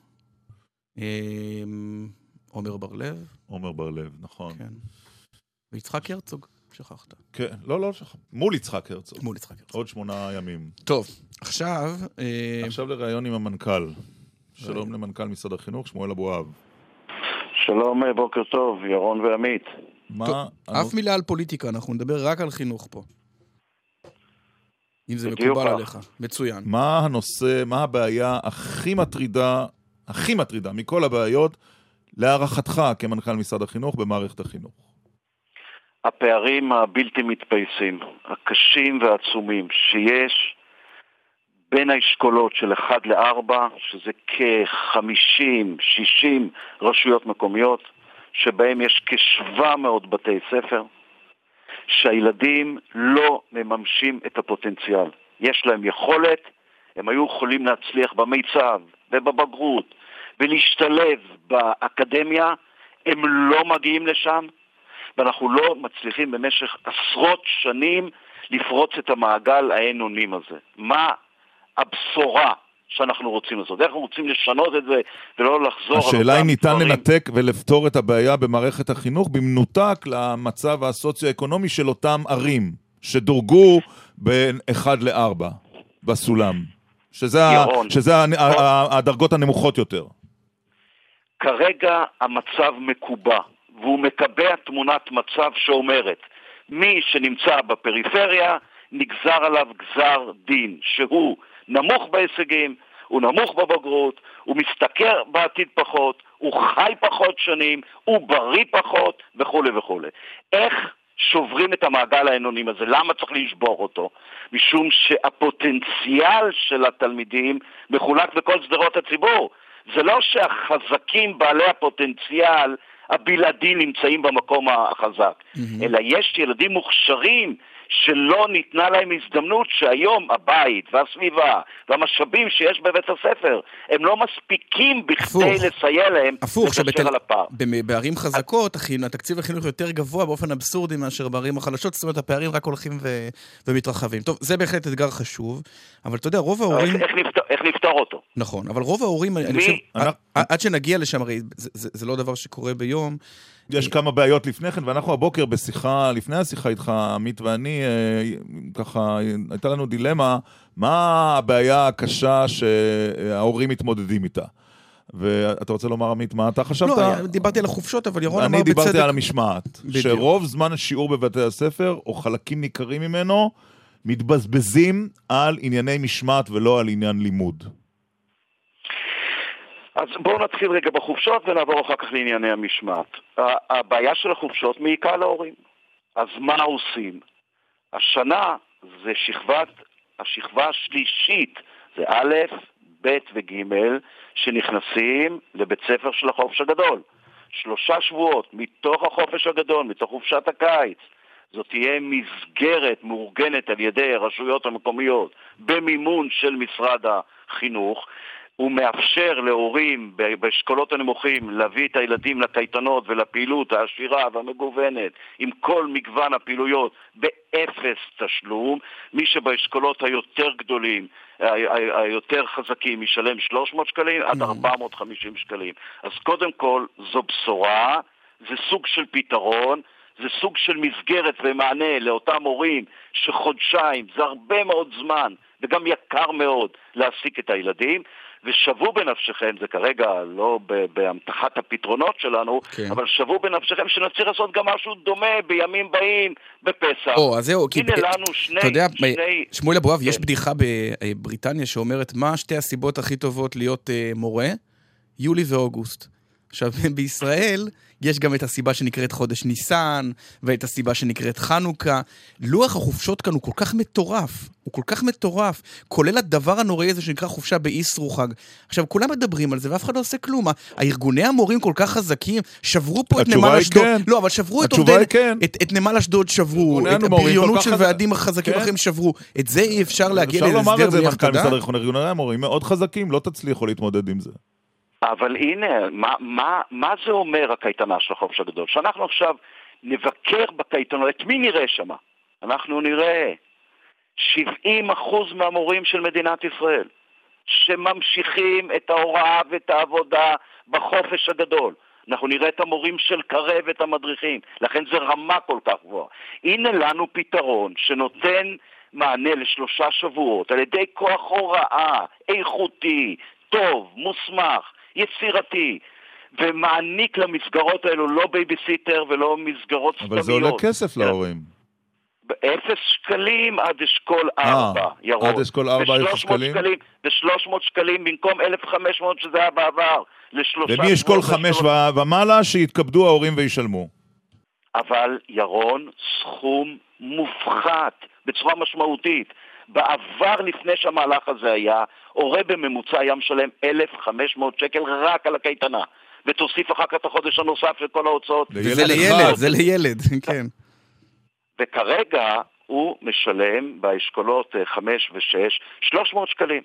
עומר בר-לב. עומר בר-לב, נכון. כן. ויצחק הרצוג. שכחת. כן, לא שכחת. מול יצחק הרצוג. מול יצחק הרצוג. עוד 8 ימים. טוב, עכשיו... עכשיו לראיון עם המנכ"ל. שלום למנכ"ל משרד החינוך, שמואל אבואב. שלום, בוקר טוב, ירון ועמית. אף מילה על פוליטיקה, אנחנו נדבר רק על חינוך פה. אם זה מקובל עליך. מצוין. מה הנושא, מה הבעיה הכי מטרידה מכל הבעיות, להערכתך כמנכ"ל משרד החינוך במערכת החינוך? הפערים הבלתי מתפייסים, הקשים והעצומים שיש בין האשכולות של 1-4, שזה כ-50-60 רשויות מקומיות, שבהם יש כ-700 בתי ספר, שהילדים לא מממשים את הפוטנציאל. יש להם יכולת, הם היו יכולים להצליח במיצב ובבגרות, ולהשתלב באקדמיה, הם לא מגיעים לשם, ואנחנו לא מצליחים במשך עשרות שנים לפרוץ את המעגל האנונים הזה. מה הבשורה שאנחנו רוצים לעשות? איך אנחנו רוצים לשנות את זה ולא לחזור... השאלה אם ניתן לנתק ולפתור את הבעיה במערכת החינוך במנותק למצב הסוציו-אקונומי של אותם ערים שדורגו בין 1-4 בסולם, שזה הדרגות הנמוכות יותר. כרגע המצב מקובע, והוא מקבע תמונת מצב שאומרת, מי שנמצא בפריפריה נגזר עליו גזר דין, שהוא נמוך בהישגים, הוא נמוך בבגרות, הוא מסתכר בעתיד פחות, הוא חי פחות שנים, הוא בריא פחות וכו' וכו'. איך שוברים את המעגל האנונימי הזה. למה צריך לשבור אותו? משום שהפוטנציאל של התלמידים מחולק בכל שדרות הציבור. זה לא שהחזקים בעלי הפוטנציאל הבלעדי נמצאים במקום החזק, אלא יש ילדים מוכשרים שלא ניתנה להם הזדמנות, שהיום הבית והסביבה והמשאבים שיש בבית הספר הם לא מספיקים בכדי לסייע להם לגשר על הפער. בערים חזקות התקציב החינוך יותר גבוה באופן אבסורדי מאשר בערים החלשות, זאת אומרת הפערים רק הולכים ומתרחבים. טוב, זה בהחלט אתגר חשוב, אבל אתה יודע, רוב ההורים... איך נפתור אותו? נכון, אבל רוב ההורים, אני חושב, עד שנגיע לשם, הרי זה לא דבר שקורה ביום. יש כמה בעיות לפני כן, ואנחנו הבוקר בשיחה, לפני השיחה איתך, עמית ואני, ככה, הייתה לנו דילמה, מה הבעיה הקשה שההורים מתמודדים איתה? ואתה רוצה לומר, עמית, מה אתה חשבת? לא, דיברתי על החופשות, אבל ירון אמר בצדק... אני דיברתי על המשמעת, שרוב זמן השיעור בבתי הספר, או חלקים ניכרים ממנו, מתבזבזים על ענייני משמעת ולא על עניין לימוד. אז בואו נתחיל רגע בחופשות ונעבור אחר כך לענייני המשמעת. הבעיה של החופשות מעיקה להורים. אז מה עושים? השנה זה השכבה השלישית, זה א', ב' וג' שנכנסים לבית ספר של החופש הגדול. 3 שבועות מתוך החופש הגדול, מתוך חופשת הקיץ. זאת תהיה מסגרת מאורגנת על ידי הרשויות המקומיות במימון של משרד החינוך. הוא מאפשר להורים באשכולות הנמוכים להביא את הילדים לקייטנות ולפעילות העשירה והמגוונת עם כל מגוון הפעילויות באפס תשלום. מי שבאשכולות היותר גדולים, היותר חזקים, ישלם 300 שקלים עד 450 שקלים. אז קודם כל זו בשורה, זה סוג של פתרון, זה סוג של מסגרת ומענה לאותם הורים שחודשיים, זה הרבה מאוד זמן וגם יקר מאוד להעסיק את הילדים. ושבו בנפשכם, זה כרגע לא בהמתחת הפתרונות שלנו, כן. אבל שבו בנפשכם שנצליח לעשות גם משהו דומה בימים באים, בפסח. אז זהו, הנה לנו אתה יודע, שמואל אבואב, יש בדיחה בבריטניה שאומרת, מה 2 הסיבות הכי טובות להיות מורה? יולי ואוגוסט. עכשיו, בישראל יש גם את הסיבה שנקראת חודש ניסן, ואת הסיבה שנקראת חנוכה. לוח החופשות כאן הוא כל כך מטורף, כולל הדבר הנוראי הזה שנקרא חופשה באיסרו חג. עכשיו, כולם מדברים על זה, ואף אחד לא עושה כלום. הארגוני המורים כל כך חזקים, שברו פה את נמל אשדוד. לא, אבל שברו את נמל אשדוד, שברו. את הבריונות של ועדים החזקים אחרים שברו. את זה אי אפשר להגיע להסדר. אפשר לומר את זה, מנכ"ל משרד החינוך, ארגוני המורים מאוד חזקים, לא תצליחו להתמודד עם זה. אבל הנה, מה זה אומר הקייטנה של החופש הגדול? שאנחנו עכשיו נבקר בקייטנות, את מי נראה שם? אנחנו נראה 70% מהמורים של מדינת ישראל שממשיכים את ההוראה ואת העבודה בחופש הגדול. אנחנו נראה את המורים של קרב ואת המדריכים, לכן זה רמה כל כך גבוהה. הנה לנו פתרון שנותן מענה ל3 שבועות על ידי כוח הוראה איכותי, טוב, מוסמך, יצירתי, ומעניק למסגרות האלו לא בייביסיטר ולא מסגרות סתמיות. אבל זה עולה כסף להורים. 0 שקלים עד אשכול 4, ירון. עד אשכול 4 0 שקלים? ו300 שקלים במקום 1,500 שזה היה בעבר. ומי אשכול 5 ומעלה שיתכבדו ההורים וישלמו. אבל ירון, סכום מופחת בצורה משמעותית. בעבר לפני שהמהלך הזה היה, הורה בממוצע היה משלם 1,500 שקל רק על הקייטנה, ותוסיף אחר כך את החודש הנוסף של כל ההוצאות. זה לילד, כן. וכרגע הוא משלם באשכולות 5 ו-6 300 שקלים.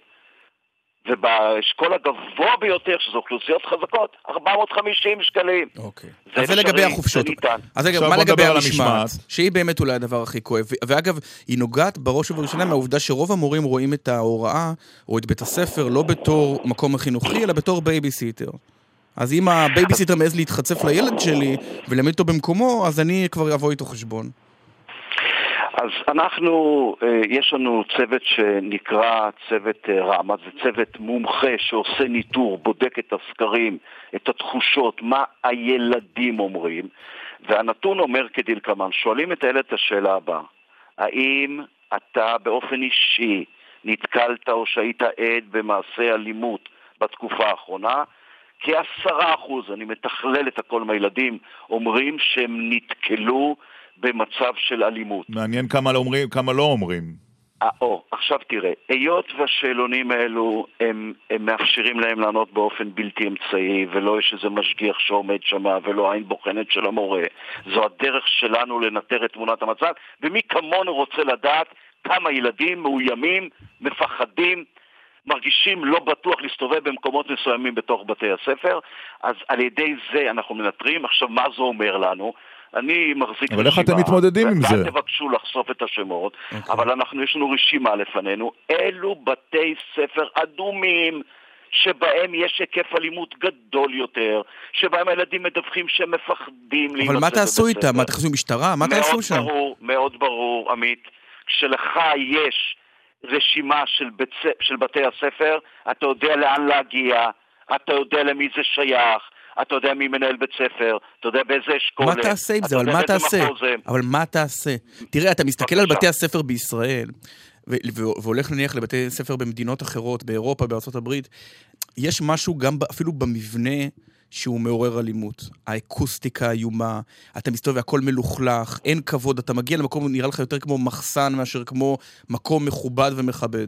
ובאשכול הגבוה ביותר, שזה אוכלוסיות חזקות, 450 שקלים. אוקיי. אז זה לגבי החופשות. אז רגע, מה לגבי המשמעת? שהיא באמת אולי הדבר הכי כואב. ואגב, היא נוגעת בראש ובראשונה מהעובדה שרוב המורים רואים את ההוראה, או את בית הספר, לא בתור מקום החינוכי, אלא בתור בייביסיטר. אז אם הבייביסיטר מעז להתחצף לילד שלי, ולמד אותו במקומו, אז אני כבר אבוא איתו חשבון. אז יש לנו צוות שנקרא צוות רמה, זה צוות מומחה שעושה ניטור, בודק את הסקרים, את התחושות, מה הילדים אומרים, והנתון אומר כדלקמן, שואלים את הילד את השאלה הבאה, האם אתה באופן אישי נתקלת או שהיית עד במעשה אלימות בתקופה האחרונה? כ10%, אני מתכלל את הכל מהילדים, אומרים שהם נתקלו במצב של אלימות. מעניין כמה לא אומרים. עכשיו תראה, היות והשאלונים האלו הם מאפשרים להם לענות באופן בלתי אמצעי, ולא יש איזה משגיח שעומד שם, ולא עין בוחנת של המורה. זו הדרך שלנו לנטר את תמונת המצב, ומי כמונו רוצה לדעת כמה ילדים מאוימים, מפחדים, מרגישים לא בטוח להסתובב במקומות מסוימים בתוך בתי הספר. אז על ידי זה אנחנו מנטרים. עכשיו מה זה אומר לנו? אני מחזיק אבל איך אתם מתמודדים עם זה? תבקשו לחשוף את השמות, אבל יש לנו רשימה לפנינו. אלו בתי ספר אדומים שבהם יש היקף אלימות גדול יותר, שבהם הילדים מדווחים שהם מפחדים להימצא. אבל מה תעשו איתם? מה תעשו משטרה? מה תעשו שם? מאוד ברור, עמית. כשלך יש רשימה של בתי הספר, אתה יודע לאן להגיע, אתה יודע למי זה שייך, אתה יודע מי מנהל בית ספר, אתה יודע באיזה אשכול. מה תעשה עם זה? אבל מה תעשה? אבל מה תעשה? תראה, אתה מסתכל על בתי הספר בישראל, והולך נניח לבתי ספר במדינות אחרות, באירופה, בארצות הברית, יש משהו גם אפילו במבנה שהוא מעורר אלימות. האקוסטיקה האיומה, אתה מסתובב והכל מלוכלך, אין כבוד, אתה מגיע למקום, נראה לך יותר כמו מחסן מאשר כמו מקום מכובד ומכבד.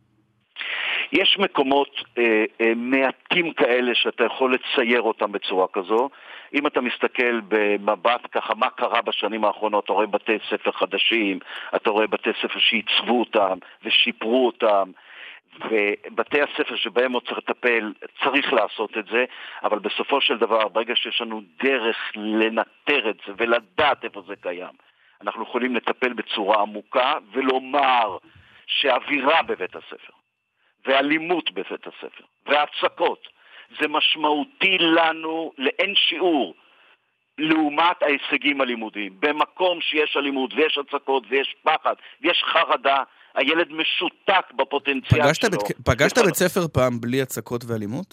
יש מקומות מעטים כאלה שאתה יכול לצייר אותם בצורה כזו. אם אתה מסתכל במבט ככה מה קרה בשנים האחרונות, אתה רואה בתי ספר חדשים, אתה רואה בתי ספר שעיצבו אותם ושיפרו אותם, ובתי הספר שבהם עוד צריך לטפל, צריך לעשות את זה, אבל בסופו של דבר, ברגע שיש לנו דרך לנטר את זה ולדעת איפה זה קיים, אנחנו יכולים לטפל בצורה עמוקה ולומר שהאווירה בבית הספר ואלימות בבית הספר, והצקות, זה משמעותי לנו לאין שיעור, לעומת ההישגים הלימודיים. במקום שיש אלימות ויש הצקות ויש פחד ויש חרדה, הילד משותק בפוטנציאל שלו. פגשת בית ספר פעם בלי הצקות ואלימות?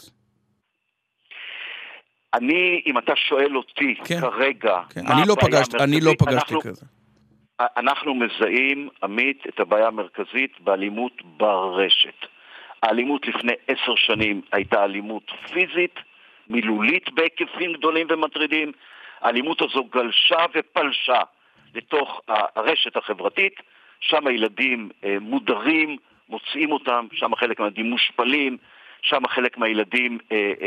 אם אתה שואל אותי כרגע, אני לא פגשתי כזה. אנחנו מזהים, עמית, את הבעיה המרכזית באלימות ברשת. האלימות לפני 10 שנים הייתה אלימות פיזית, מילולית בהיקפים גדולים ומטרידים. האלימות הזו גלשה ופלשה לתוך הרשת החברתית, שם הילדים מודרים, מוצאים אותם, שם חלק מהילדים מושפלים, שם חלק מהילדים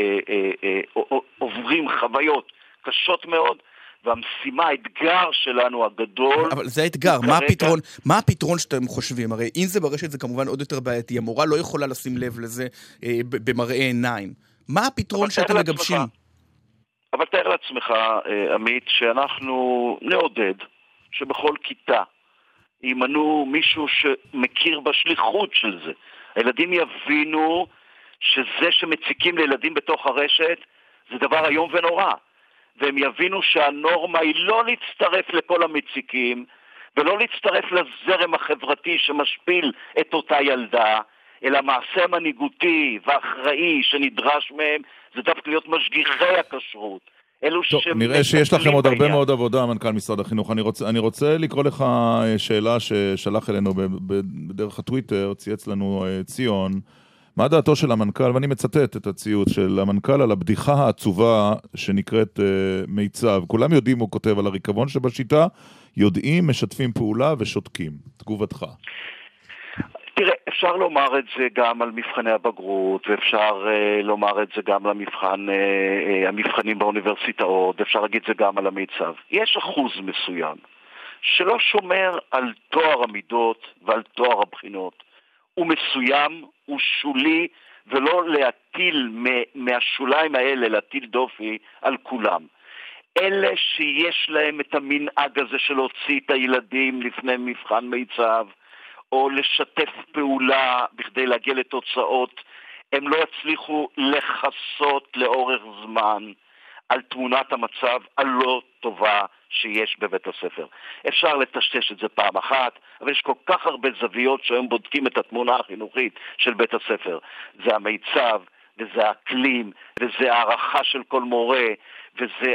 עוברים חוויות קשות מאוד, והמשימה, האתגר שלנו הגדול... אבל זה האתגר, מה הפתרון שאתם חושבים? הרי אם זה ברשת זה כמובן עוד יותר בעייתי, המורה לא יכולה לשים לב לזה במראה עיניים. מה הפתרון שאתם מגבשים? אבל תאר לעצמך, עמית, שאנחנו נעודד שבכל כיתה ימנו מישהו שמכיר בשליחות של זה. הילדים יבינו שזה שמציקים לילדים בתוך הרשת זה דבר היום ונורא. והם יבינו שהנורמה היא לא להצטרף לכל המציקים, ולא להצטרף לזרם החברתי שמשפיל את אותה ילדה, אלא מעשה מנהיגותי ואחראי שנדרש מהם, זה דווקא להיות משגיחי הכשרות. טוב, נראה שיש לכם עוד הרבה מאוד עבודה, מנכ"ל משרד החינוך. אני רוצה לקרוא לך שאלה ששלח אלינו בדרך הטוויטר, צייץ לנו ציון, מה דעתו של המנכ"ל, ואני מצטט את הציוץ של המנכ"ל על הבדיחה העצובה שנקראת מיצב. כולם יודעים, הוא כותב, על הריקבון שבשיטה, יודעים, משתפים פעולה ושותקים. תגובתך. תראה, אפשר לומר את זה גם על מבחני הבגרות, ואפשר לומר את זה גם המבחנים באוניברסיטאות, אפשר להגיד את זה גם על המיצב. יש אחוז מסוים שלא שומר על תואר המידות ועל תואר הבחינות. הוא מסוים, הוא שולי, ולא להטיל מהשוליים האלה, להטיל דופי על כולם. אלה שיש להם את המנהג הזה של להוציא את הילדים לפני מבחן מיצב, או לשתף פעולה בכדי להגיע לתוצאות, הם לא יצליחו לחסות לאורך זמן על תמונת המצב הלא טובה שיש בבית הספר. אפשר לטשטש את זה פעם אחת, אבל יש כל כך הרבה זוויות שהיום בודקים את התמונה החינוכית של בית הספר. זה המיצב, וזה האקלים, וזה הערכה של כל מורה, וזה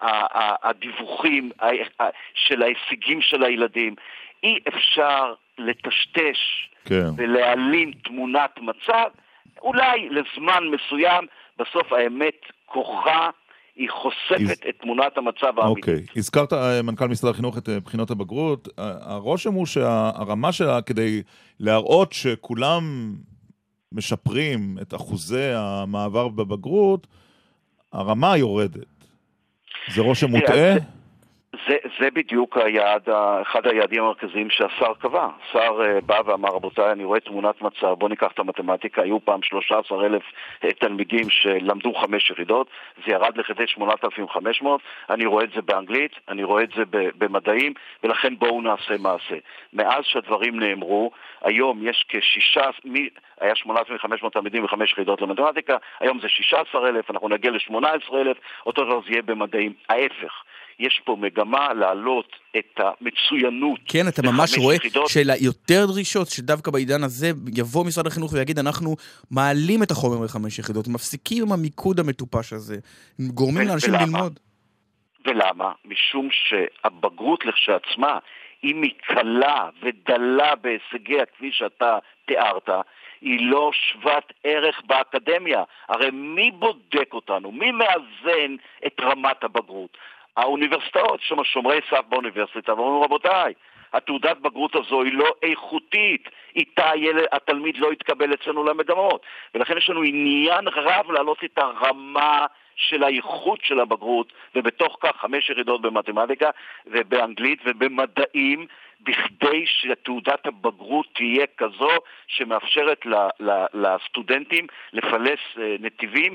הדיווחים של ההישגים של הילדים. אי אפשר לטשטש ולהעלים תמונת מצב, אולי לזמן מסוים, בסוף האמת כוחה היא חושפת את תמונת המצב האמיתית. אוקיי, הזכרת מנכ"ל משרד החינוך את בחינות הבגרות, הרושם הוא שהרמה שלה כדי להראות שכולם משפרים את אחוזי המעבר בבגרות, הרמה יורדת. זה רושם מוטעה? זה בדיוק אחד היעדים המרכזיים שהשר קבע. שר בא ואמר, רבותיי, אני רואה תמונת מצב, בוא ניקח את המתמטיקה, היו פעם 13,000 תלמידים שלמדו 5 יחידות, זה ירד לכדי 8,500, אני רואה את זה באנגלית, אני רואה את זה במדעים, ולכן בואו נעשה מעשה. מאז שהדברים נאמרו, היום יש היה 8,500 תלמידים ו5 יחידות למתמטיקה, היום זה 16,000, אנחנו נגיע ל18,000, אותו דבר זה יהיה במדעים. ההפך. יש פה מגמה להעלות את המצוינות. כן, אתה ממש רואה יותר דרישות, שדווקא בעידן הזה יבוא משרד החינוך ויגיד, אנחנו מעלים את החומר ל5 יחידות, מפסיקים עם המיקוד המטופש הזה, גורמים לאנשים ללמוד. ולמה? משום שהבגרות לכשעצמה, אם היא קלה ודלה בהישגיה כפי שאתה תיארת, היא לא שוות ערך באקדמיה. הרי מי בודק אותנו? מי מאזן את רמת הבגרות? האוניברסיטאות, שומרי סף באוניברסיטה, ואומרים, רבותיי, התעודת בגרות הזו היא לא איכותית, איתה התלמיד לא יתקבל אצלנו למגמות, ולכן יש לנו עניין רב להעלות את הרמה של האיכות של הבגרות, ובתוך כך 5 יחידות במתמטיקה ובאנגלית ובמדעים, בכדי שתעודת הבגרות תהיה כזו שמאפשרת לסטודנטים לפלס נתיבים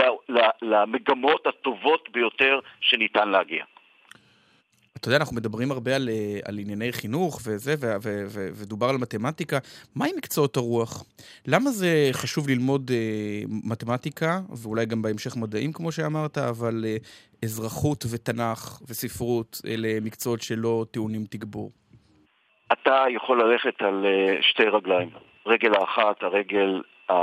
למגמות הטובות ביותר שניתן להגיע. אתה יודע, אנחנו מדברים הרבה על ענייני חינוך וזה, ודובר על מתמטיקה. מה עם מקצועות הרוח? למה זה חשוב ללמוד מתמטיקה, ואולי גם בהמשך מדעים, כמו שאמרת, אבל אזרחות ותנ"ך וספרות, אלה מקצועות שלא טעונים תגבור? אתה יכול ללכת על 2 רגליים. רגל האחת, הרגל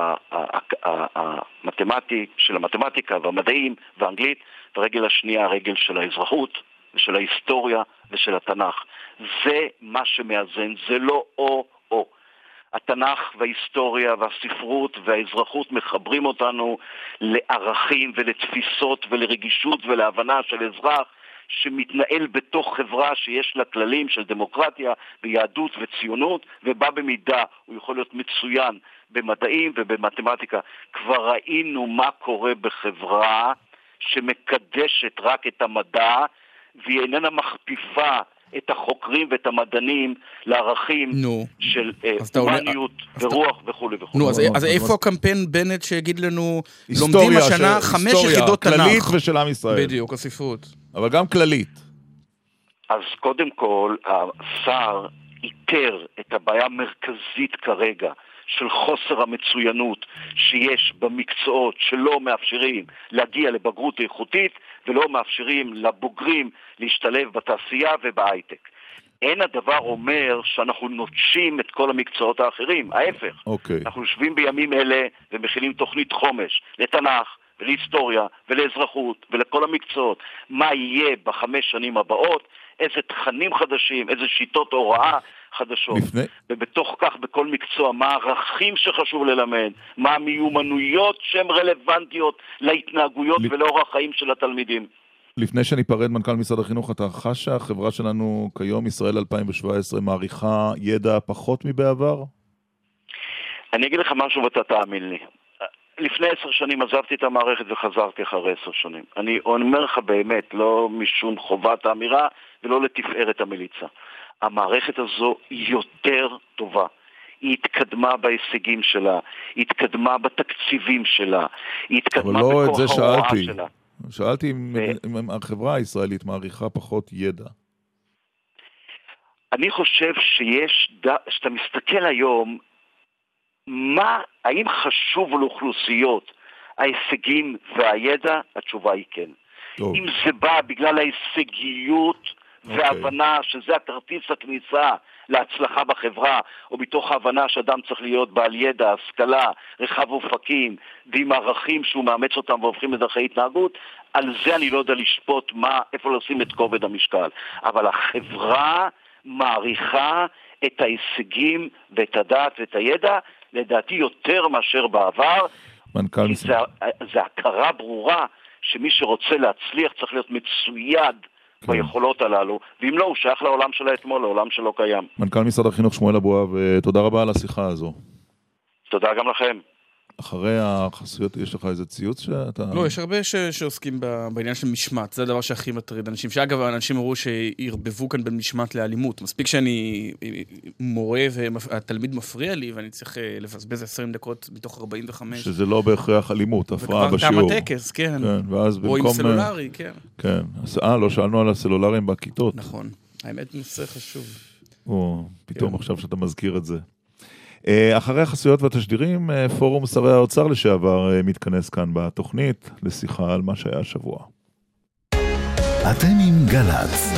המתמטי של המתמטיקה והמדעים והאנגלית, והרגל השנייה, הרגל של האזרחות ושל ההיסטוריה ושל התנ"ך. זה מה שמאזן, זה לא או. התנ"ך וההיסטוריה והספרות והאזרחות מחברים אותנו לערכים ולתפיסות ולרגישות ולהבנה של אזרח שמתנהל בתוך חברה שיש לה כללים של דמוקרטיה ויהדות וציונות, ובא במידה הוא יכול להיות מצוין במדעים ובמתמטיקה. כבר ראינו מה קורה בחברה שמקדשת רק את המדע, והיא איננה מכפיפה את החוקרים ואת המדענים לערכים של הומניות ורוח וכו' וכו'. אז איפה הקמפיין בנט שיגיד לנו, לומדים השנה 5 יחידות תנ"ך? כללית ושל עם ישראל. בדיוק, הספרות. אבל גם כללית. אז קודם כל, השר איתר את הבעיה המרכזית כרגע, של חוסר המצוינות שיש במקצועות שלא מאפשרים להגיע לבגרות איכותית ולא מאפשרים לבוגרים להשתלב בתעשייה ובהייטק. אין הדבר אומר שאנחנו נוטשים את כל המקצועות האחרים, ההפך. אנחנו יושבים בימים אלה ומכינים תוכנית חומש לתנ"ך ולהיסטוריה ולאזרחות ולכל המקצועות. מה יהיה ב5 שנים הבאות, איזה תכנים חדשים, איזה שיטות הוראה חדשות. ובתוך כך בכל מקצוע, מה הערכים שחשוב ללמד, מה המיומנויות שהן רלוונטיות להתנהגויות ולאורח חיים של התלמידים. לפני שניפרד מנכ"ל משרד החינוך, אתה חש שהחברה שלנו כיום, ישראל 2017, מעריכה ידע פחות מבעבר? אני אגיד לך משהו ואתה תאמין לי. לפני 10 שנים עזבתי את המערכת וחזרתי אחרי 10 שנים. אני אומר לך באמת, לא משום חובת האמירה ולא לתפארת המליצה. המערכת הזו יותר טובה. היא התקדמה בהישגים שלה, היא התקדמה בתקציבים שלה, היא התקדמה בכוח ההוראה שלה. שאלתי אם החברה הישראלית מעריכה פחות ידע. אני חושב שאתה מסתכל היום, האם חשוב לאוכלוסיות ההישגים והידע? התשובה היא כן. טוב. אם זה בא בגלל ההישגיות וההבנה שזה הכרטיס הכניסה להצלחה בחברה, או מתוך ההבנה שאדם צריך להיות בעל ידע, השכלה, רחב אופקים, ועם ערכים שהוא מאמץ אותם והופכים לדרכי התנהגות, על זה אני לא יודע לשפוט איפה לשים את כובד המשקל. אבל החברה מעריכה את ההישגים ואת הדעת ואת הידע, לדעתי יותר מאשר בעבר, כי זה הכרה ברורה שמי שרוצה להצליח צריך להיות מצויד ביכולות הללו, ואם לא, הוא שייך לעולם של האתמול, לעולם שלא קיים. מנכ"ל משרד החינוך שמואל אבואב, תודה רבה על השיחה הזו. תודה גם לכם. אחרי החסויות יש לך איזה ציוץ שאתה... לא, יש הרבה שעוסקים בעניין של משמעת, זה הדבר שהכי מטריד אנשים, שאגב, האנשים אמרו שירבבו כאן בין משמעת לאלימות, מספיק שאני מורה והתלמיד מפריע לי, ואני צריך לבזבז 20 דקות מתוך 45. שזה לא בהכרח אלימות, הפרעה בשיעור. וכבר תם הטקס, כן. ואז במקום... או עם סלולרי, כן. כן. לא שאלנו על הסלולרים בכיתות. נכון. האמת נושא חשוב. פתאום עכשיו שאתה מזכיר את זה. אחרי החסויות והתשדירים, פורום שרי האוצר לשעבר מתכנס כאן בתוכנית לשיחה על מה שהיה השבוע. אתם עם גל"צ.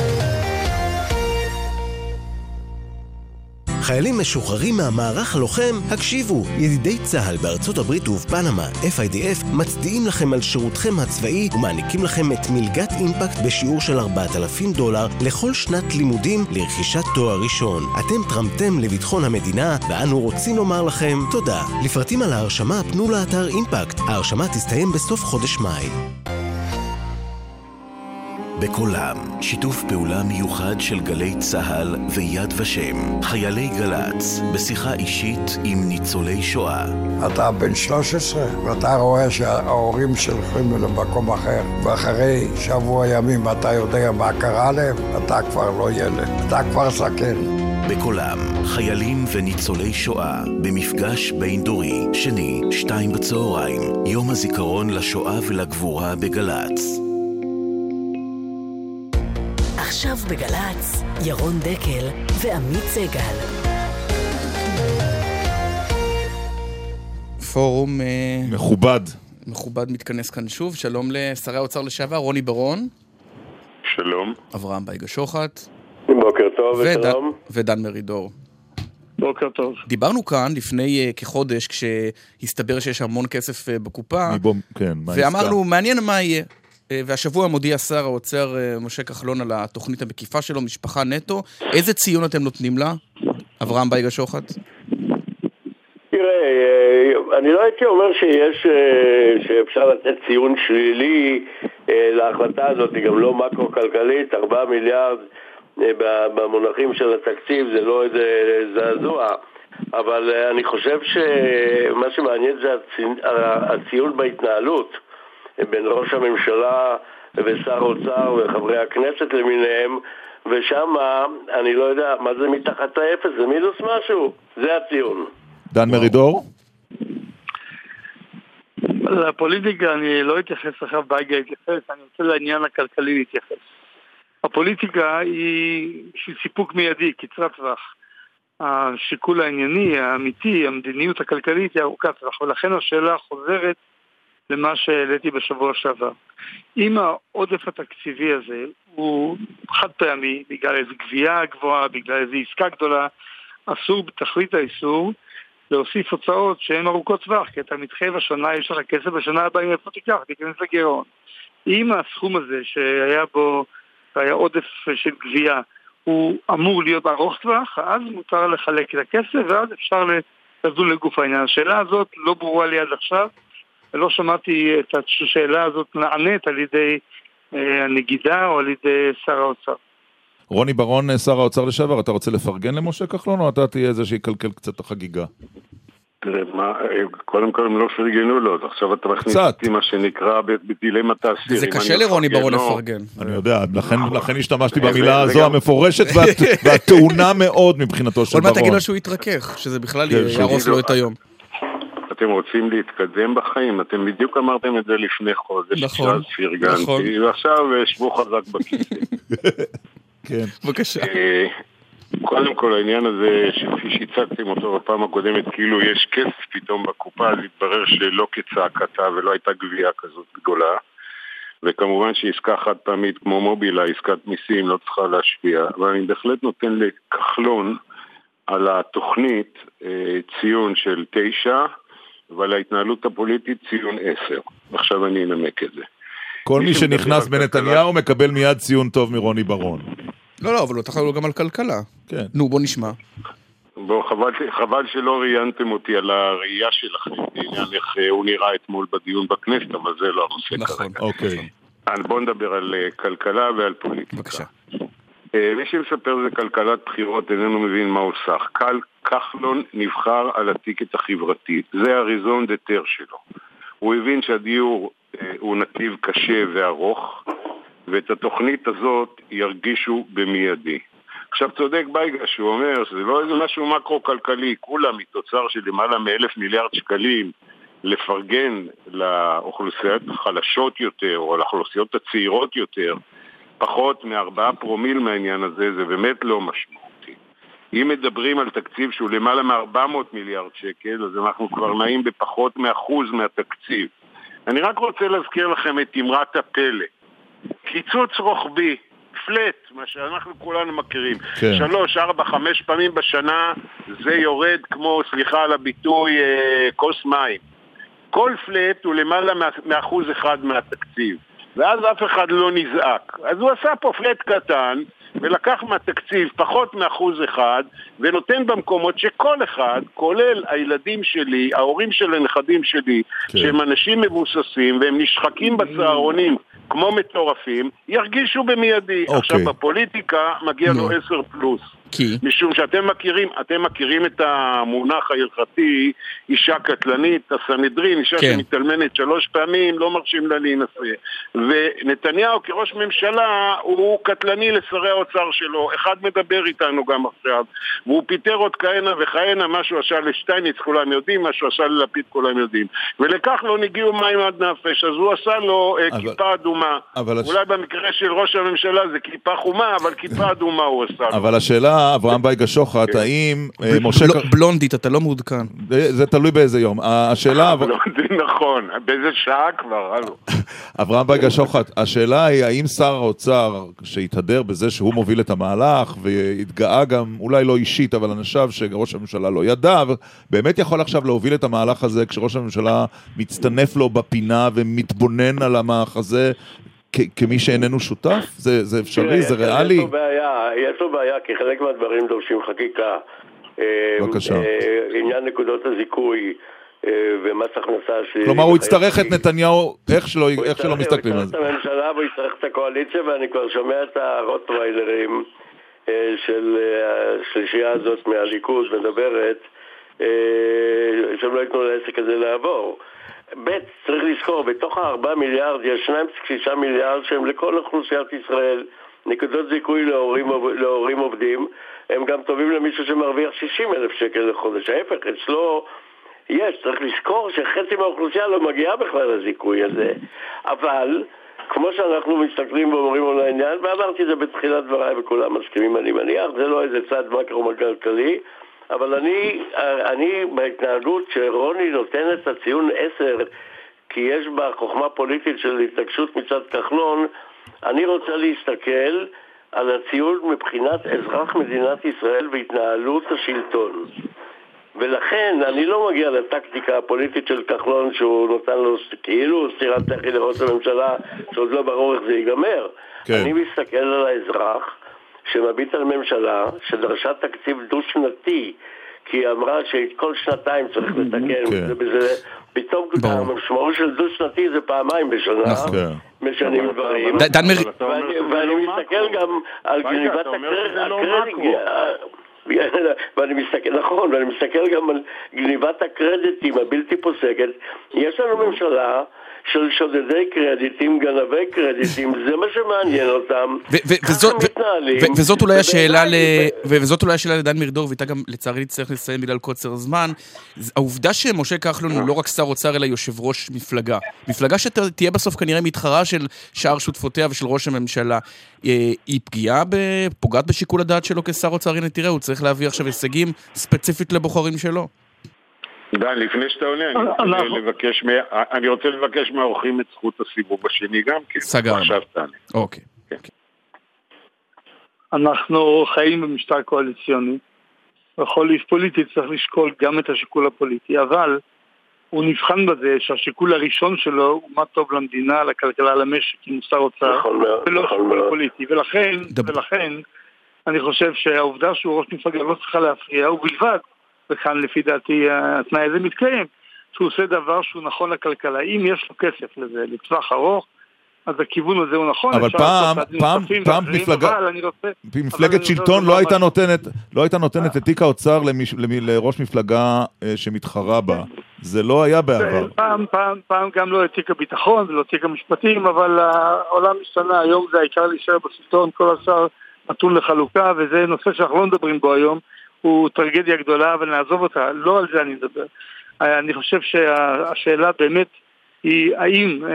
חיילים משוחררים מהמערך הלוחם, הקשיבו. ידידי צה"ל בארצות הברית ובפנמה, FIDF, מצדיעים לכם על שירותכם הצבאי ומעניקים לכם את מלגת אימפקט בשיעור של $4,000 לכל שנת לימודים לרכישת תואר ראשון. אתם תרמתם לביטחון המדינה, ואנו רוצים לומר לכם תודה. לפרטים על ההרשמה פנו לאתר אימפקט. ההרשמה תסתיים בסוף חודש מאי. בקולם, שיתוף פעולה מיוחד של גלי צהל ויד ושם. חיילי גל"צ, בשיחה אישית עם ניצולי שואה. אתה בן 13 ואתה רואה שההורים שלכם למקום אחר, ואחרי שבוע ימים אתה יודע מה קרה להם, אתה כבר לא ילד, אתה כבר סכן. בקולם, חיילים וניצולי שואה, במפגש בין דורי, שני, 14:00, יום הזיכרון לשואה ולגבורה בגל"צ. עכשיו בגל"צ, ירון דקל ועמית סגל. פורום מכובד מתכנס כאן שוב. שלום לשרי האוצר לשעבר, רוני ברון. שלום. אברהם בייגה שוחט. בוקר טוב ושלום. ודן מרידור. בוקר טוב. דיברנו כאן לפני כחודש כשהסתבר שיש המון כסף בקופה, ואמרנו מעניין מה יהיה. והשבוע מודיע שר האוצר משה כחלון על התוכנית המקיפה שלו, משפחה נטו. איזה ציון אתם נותנים לה? אברהם בייגה שוחט. תראה, אני לא הייתי אומר שאפשר לתת ציון שלילי להחלטה הזאת, היא גם לא מקרו-כלכלית, 4 מיליארד במונחים של התקציב, זה לא איזה זעזוע, אבל אני חושב שמה שמעניין זה הציון בהתנהלות בין ראש הממשלה ושר האוצר וחברי הכנסת למיניהם, ושם אני לא יודע מה זה מתחת לאפס, זה מינוס משהו, זה הציון. דן מרידור? לפוליטיקה אני לא אתייחס עכשיו, בייגה יתייחס, אני רוצה לעניין הכלכלי להתייחס. הפוליטיקה היא של סיפוק מיידי, קצרת טווח. השיקול הענייני, האמיתי, המדיניות הכלכלית היא ארוכת טווח, ולכן השאלה חוזרת למה שהעליתי בשבוע שעבר. אם העודף התקציבי הזה הוא חד פעמי, בגלל איזו גבייה גבוהה, בגלל איזו עסקה גדולה, אסור בתכלית האיסור להוסיף הוצאות שהן ארוכות טווח, כי אתה מתחייב השנה, יש לך כסף בשנה הבאה, אם איפה תיקח, תיכנס לגירעון. אם הסכום הזה שהיה בו, היה עודף של גבייה, הוא אמור להיות ארוך טווח, אז מותר לחלק את הכסף, ואז אפשר לדון לגוף העניין. השאלה הזאת לא ברורה לי עד עכשיו, ולא שמעתי את השאלה הזאת נענית על ידי הנגידה או על ידי שר האוצר. רוני ברון, שר האוצר לשעבר, אתה רוצה לפרגן למשה כחלון, או אתה תהיה איזה שיקלקל קצת החגיגה? תראה, קודם כל הם לא פרגנו לו, עכשיו אתה מכניס אותי מה שנקרא בדילמת האסיר. זה קשה לרוני ברון לפרגן. אני יודע, לכן השתמשתי במילה הזו המפורשת והטעונה מאוד מבחינתו של ברון. עוד מה תגיד לו שהוא יתרכך, שזה בכלל ירוס לו את היום. אתם רוצים להתקדם בחיים, אתם בדיוק אמרתם את זה לפני חודש, נכון, פרגנתי, ועכשיו שבו חזק בכיסא. כן. בבקשה. קודם כל העניין הזה, שכפי שהצגתם אותו בפעם הקודמת, כאילו יש כסף פתאום בקופה, אז התברר שלא כצעקתה ולא הייתה גבייה כזאת גדולה, וכמובן שעסקה חד פעמית כמו מובילה, עסקת מיסים, לא צריכה להשפיע, אבל אני בהחלט נותן לכחלון על התוכנית ציון של 9, ועל ההתנהלות הפוליטית ציון 10. עכשיו אני אנמק את זה. כל מי שנכנס בנתניהו מקבל מיד ציון טוב מרוני ברון. לא, אבל לא תחלו גם על כלכלה. כן. נו, בוא נשמע. חבל שלא ראיינתם אותי על הראייה שלכם, בעניין איך הוא נראה אתמול בדיון בכנסת, אבל זה לא הנושא נכון, כרגע. אוקיי. בואו נדבר על כלכלה ועל פוליטיקה. בבקשה. מי שמספר זה כלכלת בחירות, איננו מבין מה הוא סך. כחלון נבחר על הטיקט החברתי, זה הריזון דטר שלו. הוא הבין שהדיור הוא נתיב קשה וארוך, ואת התוכנית הזאת ירגישו במיידי. עכשיו צודק בייגה שהוא אומר שזה לא איזה משהו מקרו-כלכלי, כולה מתוצר של למעלה מ1,000 מיליארד שקלים לפרגן לאוכלוסיות החלשות יותר או לאוכלוסיות הצעירות יותר, פחות מ4 פרומיל מהעניין הזה, זה באמת לא משמעותי. אם מדברים על תקציב שהוא למעלה מ400 מיליארד שקל, אז אנחנו כבר נעים בפחות מ1% מהתקציב. אני רק רוצה להזכיר לכם את אמרת הפלא. קיצוץ רוחבי, פלט, מה שאנחנו כולנו מכירים, 3, 4, 5 פעמים בשנה, זה יורד כמו, סליחה על הביטוי, כוס מים. כל פלט הוא למעלה מ1% מהתקציב, ואז אף אחד לא נזעק. אז הוא עשה פה פלט קטן, ולקח מהתקציב פחות מ1%, ונותן במקומות שכל אחד, כולל הילדים שלי, ההורים של הנכדים שלי, שהם אנשים מבוססים, והם נשחקים בצהרונים כמו מטורפים, ירגישו במיידי. עכשיו בפוליטיקה מגיע לו 10 פלוס. משום שאתם מכירים את המונח ההלכתי, אישה קטלנית, הסנהדרין, אישה שמתאלמנת 3 פעמים, לא מרשים לה להינשא. ונתניהו כראש ממשלה הוא קטלני לשרי האוצר שלו, אחד מדבר איתנו גם עכשיו, והוא פיטר עוד כהנה וכהנה, משהו עשה לשטייניץ כולם יודעים, משהו עשה ללפיד כולם יודעים, ולכך לא נגיעו מים עד נפש, אז הוא עשה לו כיפה אדומה, אולי במקרה של ראש הממשלה זה כיפה חומה, אבל כיפה אדומה הוא עשה לו. אבל השאלה, אברהם בייגה שוחט, האם בלונדית, אתה לא מעודכן. זה תלוי באיזה יום. השאלה... בלונדית נכון, באיזה שעה כבר, הלו. אברהם בייגה שוחט, השאלה היא, האם שר האוצר שהתהדר בזה שהוא מוביל את המהלך, והתגאה גם, אולי לא אישית, אבל אנשיו שראש הממשלה לא ידע, באמת יכול עכשיו להוביל את המהלך הזה, כשראש הממשלה מצטנף לו בפינה, ומתבונן על המהלך הזה, כמי שאיננו שותף? זה אפשרי? זה ריאלי? יש לו בעיה, כי חלק מהדברים דורשים חקיקה. בבקשה. עניין נקודות הזיכוי ומס הכנסה. כלומר, הוא יצטרך את נתניהו, איך שלא מסתכלים על זה. הוא יצטרך את הממשלה והוא יצטרך את הקואליציה, ואני כבר שומע את הרוטוויילרים של השלישייה הזאת מהליכוד מדברת, שהם לא ייתנו לעסק הזה לעבור. צריך לזכור, בתוך 4 מיליארד יש 2.6 מיליארד שהם לכל אוכלוסיית ישראל, נקודות זיכוי להורים עובדים, הם גם טובים למישהו שמרוויח 60,000 שקל לחודש. ההפך, אצלו צריך לזכור שחצי מהאוכלוסייה לא מגיעה בכלל לזיכוי הזה. אבל, כמו שאנחנו מסתכלים ואומרים על העניין, ואמרתי את זה בתחילת דבריי וכולם מסכימים, אני מניח, זה לא איזה צד מקרו-כלכלי, אבל אני בהתנהגות שרוני נותן את הציון 10, כי יש בה חוכמה פוליטית של התנגשות מצד כחלון, אני רוצה להסתכל על הציון מבחינת אזרח מדינת ישראל והתנהלות השלטון. ולכן אני לא מגיע לטקטיקה הפוליטית של כחלון שהוא נותן לו כאילו סטירת לחי לראש הממשלה שעוד לא ברור איך זה ייגמר. אני מסתכל על האזרח שמביט על ממשלה שדרשה תקציב דו-שנתי, כי היא אמרה שכל שנתיים צריך לתקן, פתאום המשמעות של דו-שנתי זה פעמיים בשנה, משנים דברים, ואני מסתכל גם על גניבת הקרדיט, ואני מסתכל גם על גניבת הקרדיטים הבלתי פוסקת. יש לנו ממשלה של שודדי קרדיטים, גנבי קרדיטים, זה מה שמעניין אותם. וזאת אולי השאלה לדן מרידור, ואיתה גם לצערי נצטרך לסיים בגלל קוצר זמן. העובדה שמשה כחלון הוא לא רק שר אוצר אלא יושב ראש מפלגה שתהיה בסוף כנראה מתחרה של שאר שותפותיה ושל ראש הממשלה, היא פוגעת בשיקול הדעת שלו כשר אוצר. הנה תראה, הוא צריך להביא עכשיו הישגים ספציפית לבוחרים שלו. דן, לפני שאתה עונה, אני רוצה לבקש מהאורחים את זכות הסיבוב השני גם, כי עכשיו תענה. אוקיי. אנחנו חיים במשטר קואליציוני, וכל איש פוליטי צריך לשקול גם את השיקול הפוליטי, אבל הוא נבחן בזה שהשיקול הראשון שלו הוא מה טוב למדינה, לכלכלה, למשק, עם שר אוצר, ולא שיקול פוליטי. ולכן אני חושב שהעובדה שהוא ראש מפלגה לא צריכה להפריע, ובלבד, וכאן לפי דעתי התנאי הזה מתקיים, שהוא עושה דבר שהוא נכון לכלכלה. אם יש לו כסף לזה, לטווח ארוך, אז הכיוון הזה הוא נכון. אבל פעם מפלגת שלטון לא הייתה נותנת את תיק האוצר לראש מפלגה שמתחרה בה. זה לא היה בעבר. פעם גם לא את תיק הביטחון ולא תיק המשפטים, אבל העולם משתנה. היום זה העיקר להישאר בשלטון, כל השאר נתון לחלוקה, וזה נושא שאנחנו לא מדברים בו היום. הוא טרגדיה גדולה, אבל נעזוב אותה. לא על זה אני מדבר. אני חושב שהשאלה באמת היא האם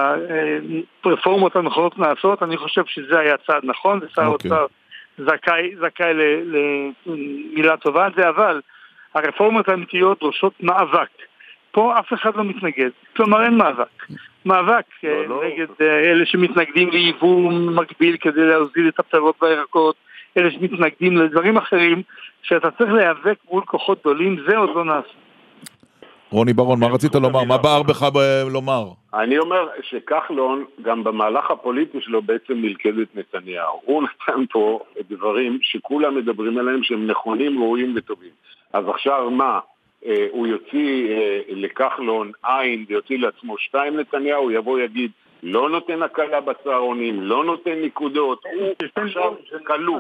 הרפורמות הנכונות נעשות. אני חושב שזה היה צעד נכון, ושר האוצר זכאי למילה טובה על זה, אבל הרפורמות האמיתיות דורשות מאבק. פה אף אחד לא מתנגד, כלומר אין מאבק. מאבק נגד אלה שמתנגדים ליבוא מקביל כדי להוזיל את הפירות והירקות, אלה שמתנגדים לדברים אחרים, שאתה צריך להיאבק מול כוחות גדולים, זה עוד לא נעשה. רוני ברון, מה רצית לומר? מה בער בך לומר? אני אומר שכחלון, גם במהלך הפוליטי שלו בעצם מלכד את נתניהו. הוא נתן פה דברים שכולם מדברים עליהם שהם נכונים, ראויים וטובים. אז עכשיו מה? הוא יוציא לכחלון עין ויוציא לעצמו 2 נתניהו, הוא יבוא יגיד לא נותן הקלה בצהרונים, לא נותן נקודות, הוא עכשיו קלו.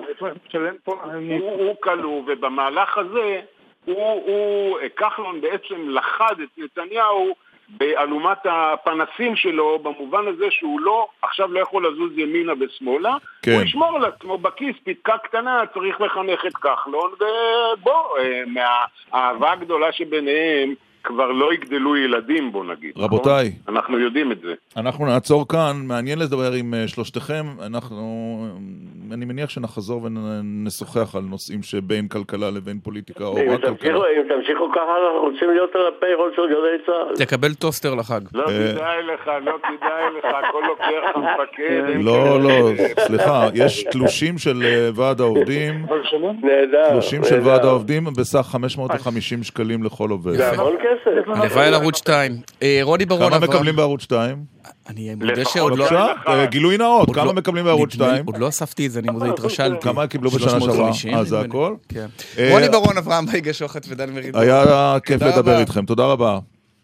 הוא קלו, ובמהלך הזה כחלון בעצם לחד את נתניהו באלומת הפנסים שלו, במובן הזה שהוא עכשיו לא יכול לזוז ימינה ושמאלה, הוא ישמור לעצמו בכיס פתקה קטנה, צריך לחנך את כחלון, ובוא, מהאהבה הגדולה שביניהם כבר לא יגדלו ילדים, בוא נגיד. רבותיי. אנחנו יודעים את זה. אנחנו נעצור כאן, מעניין לדבר עם שלושתכם, אני מניח שנחזור ונשוחח על נושאים שבין כלכלה לבין פוליטיקה או רק כלכלה. אם תמשיכו ככה, אנחנו רוצים להיות על הפיירול של גלי צה"ל. תקבל טוסטר לחג. לא כדאי לך, הכל לוקח המפקד. לא, סליחה, יש תלושים של ועד העובדים. תלושים של ועד העובדים בסך 550 שקלים לכל עובד. זה המון כסף. הלוואי על ערוץ 2. רוני ברון, כמה מקבלים בערוץ 2? אני מודה שעוד לא... גילוי נאות, כמה מקבלים בערוץ 2? עוד לא אספתי את זה, אני מודה התרשלתי. כמה קיבלו בשנה שעברה? זה הכל? רוני ברון, אברהם בייגה שוחט ודן מרידור. היה כיף לדבר איתכם, תודה רבה.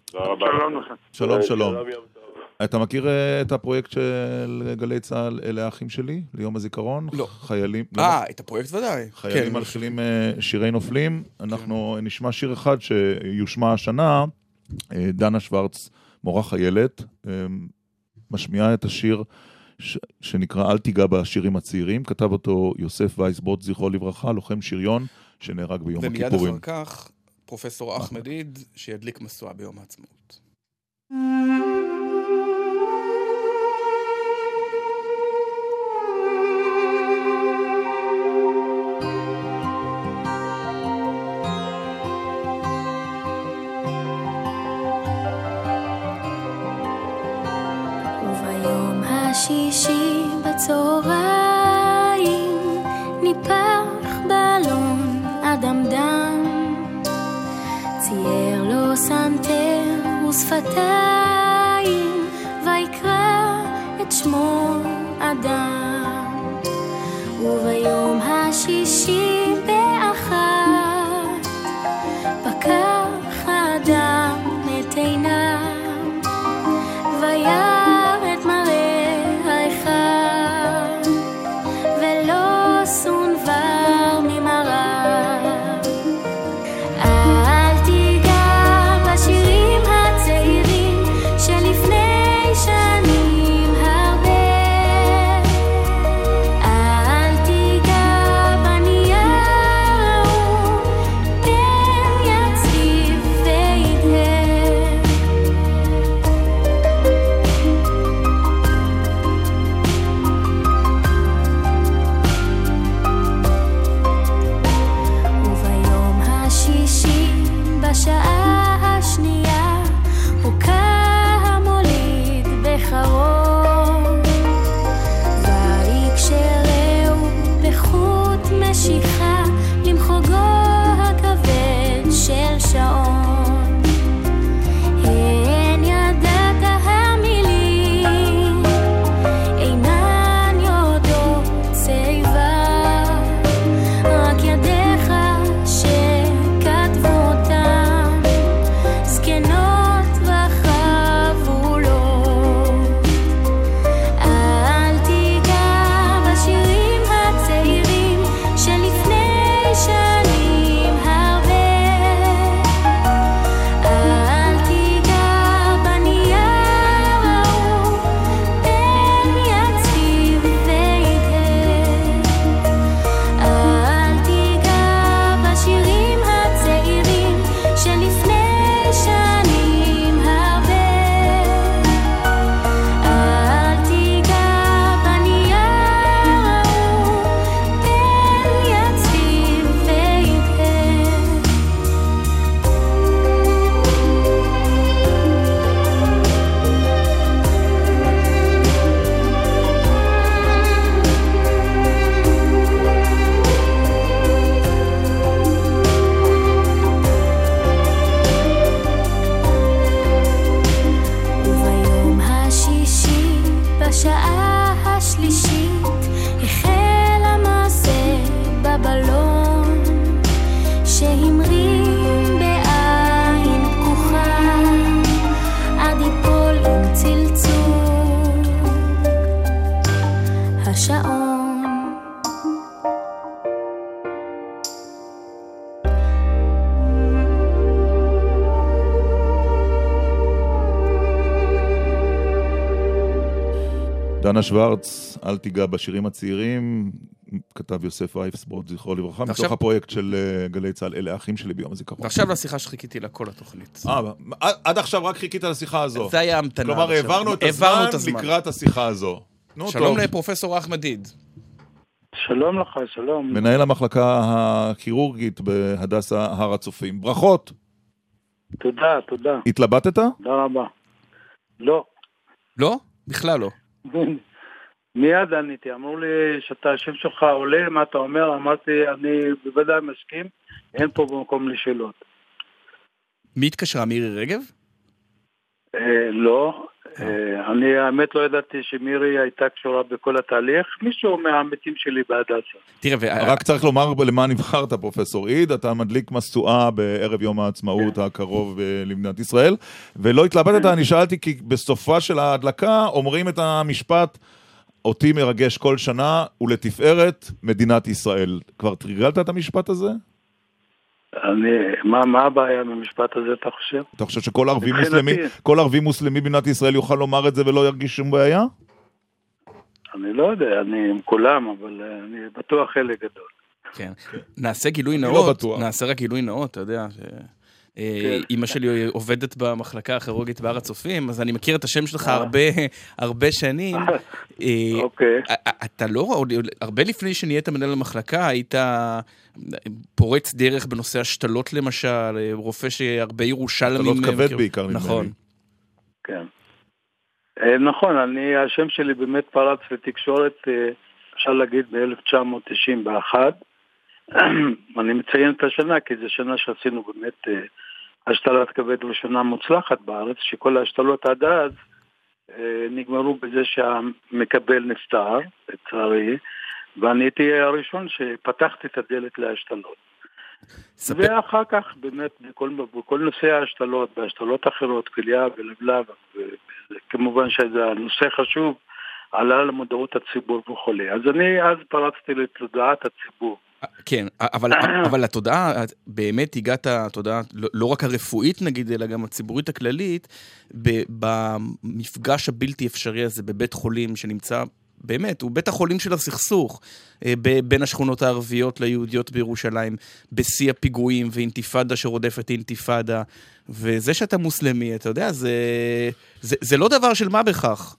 שלום. שלום. אתה מכיר את הפרויקט של גלי צה"ל אלה האחים שלי, ליום הזיכרון? לא. חיילים... את הפרויקט ודאי. חיילים מלחינים שירי נופלים. אנחנו נשמע שיר אחד שיושמע השנה, דנה שוורץ, מורה חיילת, משמיעה את השיר שנקרא אל תיגע בשירים הצעירים, כתב אותו יוסף וייסבוט, זכרו לברכה, לוחם שריון שנהרג ביום הכיפורים. ומיד אחר כך פרופסור אחמד עיד שידליק משואה ביום העצמאות. שישי בצהריים ניפח בלון אדם צייר לו סנטר ושפתיים ויקרא את שמו אדם וביום השישי באחת פקח אדם את עיניו וירא דנה שוורץ, אל תיגע בשירים הצעירים, כתב יוסף אייפסבורד, זכרו לברכה, מתוך הפרויקט של גלי צהל, אלה האחים שלי ביום הזיכרון. ועכשיו לשיחה שחיכיתי לה כל התוכנית. עד עכשיו רק חיכית לשיחה הזו. זה היה המתנה. כלומר, העברנו את הזמן לקראת השיחה הזו. שלום לפרופסור אחמד דיד. שלום לך, שלום. מנהל המחלקה הכירורגית בהדסה הר הצופים. ברכות. תודה, תודה. התלבטת? תודה רבה. לא. לא? בכלל לא. מיד עניתי, אמרו לי שאתה השם שלך עולה, מה אתה אומר? אמרתי, אני בוודאי מסכים, אין פה במקום לשאלות. מי התקשרה, מירי רגב? לא, אני האמת לא ידעתי שמירי הייתה קשורה בכל התהליך, מישהו מהעמיתים שלי בהדסה. תראה, רק צריך לומר למה נבחרת, פרופסור עיד, אתה מדליק מסועה בערב יום העצמאות הקרוב למדינת ישראל, ולא התלבטת, אני שאלתי כי בסופה של ההדלקה אומרים את המשפט, אותי מרגש כל שנה ולתפארת מדינת ישראל. כבר תרגלת את המשפט הזה? מה הבעיה במשפט הזה, אתה חושב? אתה חושב שכל ערבי מוסלמי במדינת ישראל יוכל לומר את זה ולא ירגיש שום בעיה? אני לא יודע, אני עם כולם, אבל אני בטוח חלק גדול. כן. נעשה גילוי נאות, נעשה רק גילוי נאות, אתה יודע. אמא שלי עובדת במחלקה הכירורגית בהר הצופים, אז אני מכיר את השם שלך הרבה שנים. אתה לא, הרבה לפני שנהיית מנהל המחלקה, היית פורץ דרך בנושא השתלות למשל, רופא שהרבה ירושלמים... השתלות כבד בעיקר נדמה לי. נכון. כן. נכון, השם שלי באמת פרץ לתקשורת, אפשר להגיד ב-1991. אני מציין את השנה, כי זו שנה שעשינו באמת השתלת כבד ראשונה מוצלחת בארץ, שכל ההשתלות עד אז נגמרו בזה שהמקבל נפטר, לצערי, ואני הייתי הראשון שפתחתי את הדלת להשתלות. ואחר כך באמת בכל נושא ההשתלות, בהשתלות אחרות, כליה ולבלב, כמובן שזה נושא חשוב, עלה למודעות הציבור וכולי. אז אני אז פרצתי לתודעת הציבור. כן, אבל התודעה, באמת הגעת, התודעה, לא רק הרפואית נגיד, אלא גם הציבורית הכללית, במפגש הבלתי אפשרי הזה בבית חולים שנמצא, באמת, הוא בית החולים של הסכסוך, בין השכונות הערביות ליהודיות בירושלים, בשיא הפיגועים ואינתיפאדה שרודפת אינתיפאדה, וזה שאתה מוסלמי, אתה יודע, זה לא דבר של מה בכך.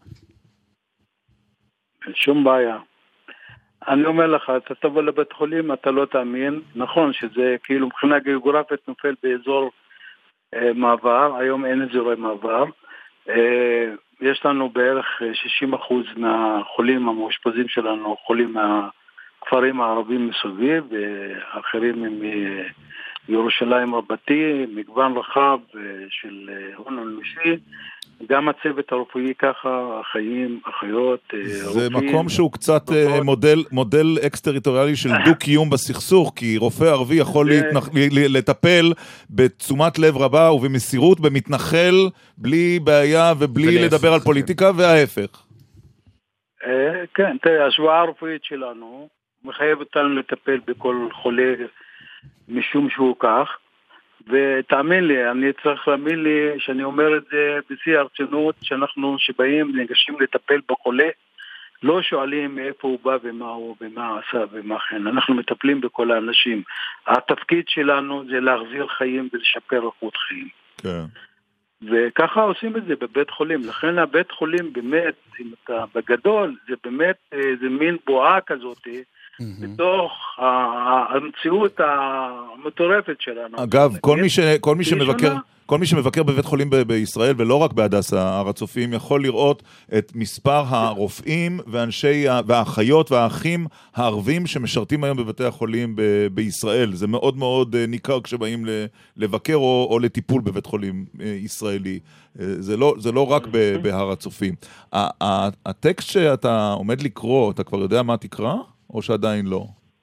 שום בעיה. אני אומר לך, אתה תבוא לבית חולים, אתה לא תאמין. נכון שזה כאילו מבחינה גיאוגרפית נופל באזור מעבר, היום אין אזורי מעבר. יש לנו בערך 60% מהחולים המאושפזים שלנו, חולים מהכפרים הערבים מסביב, ואחרים הם מירושלים רבתי, מגוון רחב של הון אנושי. גם הצוות הרפואי ככה, אחים, אחיות, זה רופאים, מקום שהוא קצת מודל אקס-טריטוריאלי של דו-קיום בסכסוך, כי רופא ערבי יכול לטפל בתשומת לב רבה ובמסירות במתנחל, בלי בעיה ובלי לדבר על פוליטיקה, וההפך. כן, תראה, השבועה הרפואית שלנו מחייב אותנו לטפל בכל חולה משום שהוא כך, ותאמין לי, אני צריך להאמין לי שאני אומר את זה בשיא הרצינות, שאנחנו שבאים ניגשים לטפל בחולה, לא שואלים מאיפה הוא בא ומה הוא ומה עשה ומה כן. אנחנו מטפלים בכל האנשים. התפקיד שלנו זה להחזיר חיים ולשפר איכות חיים. כן. וככה עושים את זה בבית חולים. לכן הבית חולים באמת, אם אתה בגדול, זה באמת, זה מין בועה כזאת, בתוך המציאות המטורפת שלנו. אגב, כל מי שמבקר בבית חולים בישראל, ולא רק בהדסה הר הצופים, יכול לראות את מספר הרופאים והאחיות והאחים הערבים שמשרתים היום בבתי החולים בישראל. זה מאוד מאוד ניכר כשבאים לבקר או לטיפול בבית חולים ישראלי. זה לא רק בהר הצופים. הטקסט שאתה עומד לקרוא, אתה כבר יודע מה תקרא? או שעדיין לא?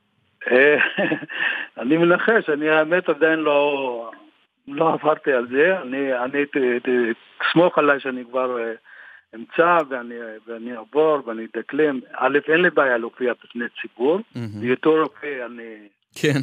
אני מנחש, אני האמת עדיין לא עברתי על זה, אני אסמוך עליי שאני כבר אמצא ואני אעבור ואני אדקלם. א', אין לי בעיה להופיע בפני ציבור, ויותר רופא אני... כן.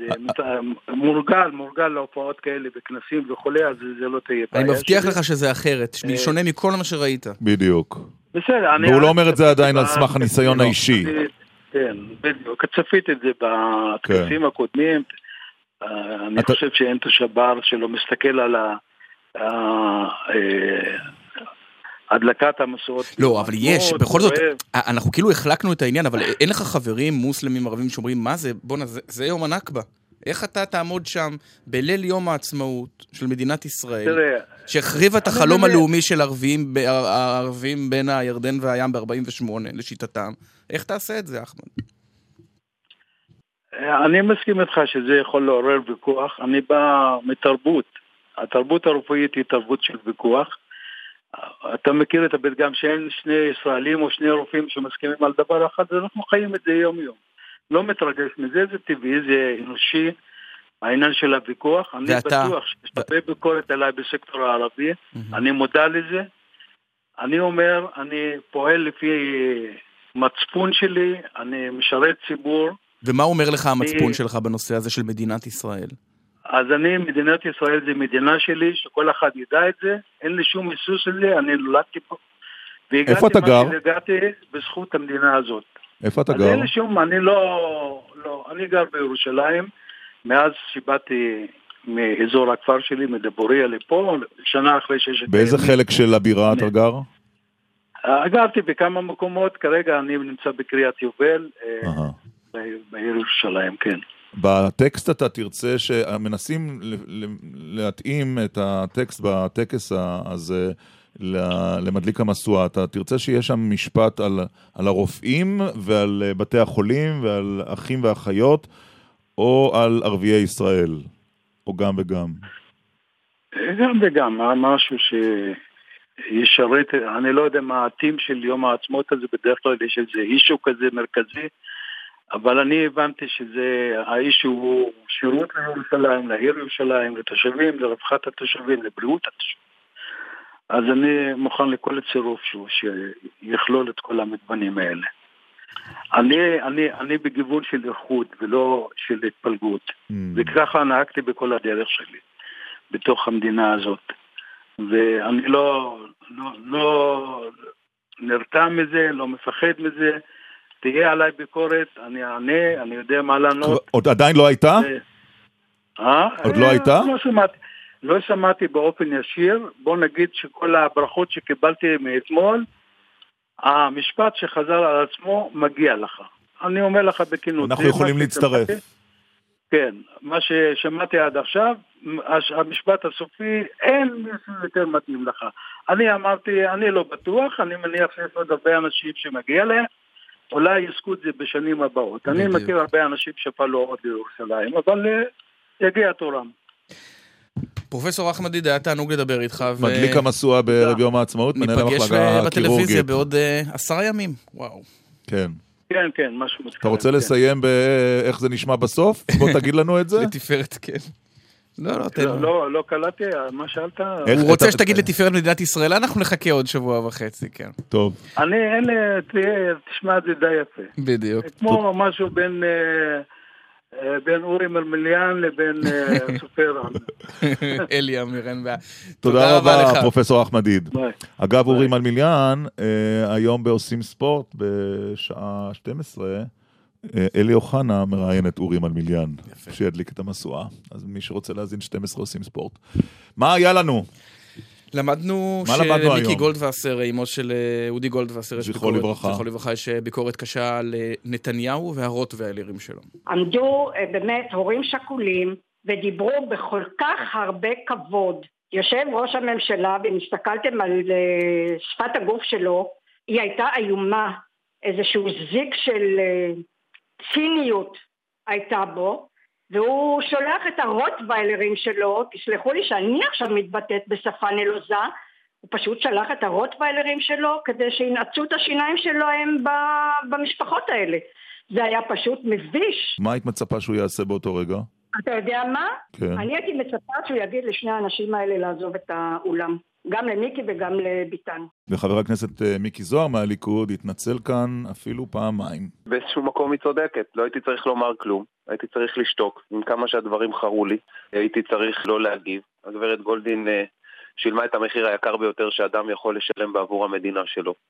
מורגל להופעות כאלה בכנסים וכולי, אז זה לא תהיה בעיה. אני מבטיח לך שזה אחרת, שונה מכל מה שראית. בדיוק. בסדר. והוא לא אומר את זה עדיין על סמך הניסיון האישי. כן, בדיוק. צפית את זה בטקסים הקודמים. אני חושב שאין תשבר שלא מסתכל על הדלקת המסורת. לא, אבל יש, בכל זאת, אנחנו כאילו החלקנו את העניין, אבל אין לך חברים מוסלמים ערבים שאומרים, מה זה? בונה, זה יום הנכבה. איך אתה תעמוד שם בליל יום העצמאות של מדינת ישראל, שהחריב את החלום הלאומי של הערבים בין הירדן והים ב-48 לשיטתם? איך תעשה את זה, אחמד? אני מסכים איתך שזה יכול לעורר ויכוח. אני בא מתרבות. התרבות הרפואית היא תרבות של ויכוח. אתה מכיר את הפתגם שאין שני ישראלים או שני רופאים שמסכימים על דבר אחד, אנחנו חיים את זה יום יום. לא מתרגש מזה, זה טבעי, זה אנושי, העניין של הוויכוח. אני בטוח שיש הרבה ביקורת עליי בסקטור הערבי, אני מודע לזה. אני אומר, אני פועל לפי מצפון שלי, אני משרת ציבור. ומה אומר לך המצפון שלך בנושא הזה של מדינת ישראל? אז מדינת ישראל זה מדינה שלי, שכל אחד ידע את זה, אין לי שום היסוס לזה, אני נולדתי פה. איפה אתה גר? והגעתי בזכות המדינה הזאת. איפה אתה גר? אז אין לי שום, אני גר בירושלים, מאז שבאתי מאזור הכפר שלי, מדבוריה לפה, שנה אחרי באיזה חלק של הבירה אתה גר? גרתי בכמה מקומות, כרגע אני נמצא בקריית יובל, בעיר ירושלים, כן. בטקסט אתה תרצה שמנסים להתאים את הטקסט בטקס הזה למדליק המשואה. אתה תרצה שיש שם משפט על הרופאים ועל בתי החולים ועל אחים ואחיות, או על ערביי ישראל, או גם וגם? גם וגם, משהו שישרת, אני לא יודע מה הטים של יום העצמאות הזה, בדרך כלל יש איזה אישו כזה מרכזי, אבל אני הבנתי שזה, האישו הוא שירות לירושלים, לעיר ירושלים, לתושבים, לרווחת התושבים, לבריאות התושבים. אז אני מוכן לכל צירוף שיכלול את כל המגוונים האלה. אני בגיוון של איחוד ולא של התפלגות, וככה נהגתי בכל הדרך שלי, בתוך המדינה הזאת. ואני לא נרתע מזה, לא מפחד מזה, תהיה עליי ביקורת, אני אענה, אני יודע מה לענות. עוד עדיין לא הייתה? עוד לא הייתה? לא שמעתי באופן ישיר. בוא נגיד שכל הברכות שקיבלתי מאתמול, המשפט שחזר על עצמו מגיע לך. אני אומר לך בכנות. אנחנו יכולים להצטרף. כן, מה ששמעתי עד עכשיו, המשפט הסופי, אין מישהו יותר מתאים לך. אני אמרתי, אני לא בטוח, אני מניח שיש עוד הרבה אנשים שמגיע להם, אולי יזכו את זה בשנים הבאות. אני מכיר הרבה אנשים שפעלו עוד לירושלים, אבל יגיע תורם. פרופסור אחמד דידה, היה תענוג לדבר איתך. מדליק המשואה בערב יום העצמאות, מנהל המחלקה הקירורגית. ניפגש בטלוויזיה בעוד 10 ימים. וואו. כן. כן, משהו מתקרב. אתה רוצה לסיים באיך זה נשמע בסוף? בוא תגיד לנו את זה. לתפארת, כן. לא קלטתי, מה שאלת? הוא רוצה שתגיד לתפארת מדינת ישראל, אנחנו נחכה עוד שבוע וחצי, כן. טוב. תשמע את זה די יפה. בדיוק. כמו משהו בין אורי מרמיליאן לבין סופר. אלי אמירן. תודה רבה, פרופסור אחמד דיד. אגב, אורי מרמיליאן, היום בעושים ספורט, בשעה 12, אלי אוחנה מראיין את אורי מרמיליאן, שידליק את המשואה. אז מי שרוצה להזין 12 עושים ספורט. מה היה לנו? למדנו שמיקי גולדווסר, אמו של אודי גולדווסר, זכרו לברכה, יש ביקורת קשה על נתניהו והרוטוויילרים שלו. עמדו באמת הורים שכולים ודיברו בכל כך הרבה כבוד. יושב ראש הממשלה ומסתכלתם על שפת הגוף שלו, היא הייתה איומה, איזשהו זיק של ציניות הייתה בו, והוא שולח את הרוטוויילרים שלו, תסלחו לי שאני עכשיו מתבטאת בשפה נלוזה, הוא פשוט שלח את הרוטוויילרים שלו כדי שינעצו את השיניים שלהם במשפחות האלה. זה היה פשוט מביש. מה היית מצפה שהוא יעשה באותו רגע? אתה יודע מה? כן. אני הייתי מצפה שהוא יגיד לשני האנשים האלה לעזוב את האולם. גם למיקי וגם לביטן. וחבר הכנסת מיקי זוהר מהליכוד התנצל כאן אפילו פעמיים. באיזשהו מקום היא צודקת, לא הייתי צריך לומר כלום, הייתי צריך לשתוק, עם כמה שהדברים חרו לי, הייתי צריך לא להגיב. הגברת גולדין שילמה את המחיר היקר ביותר שאדם יכול לשלם בעבור המדינה שלו.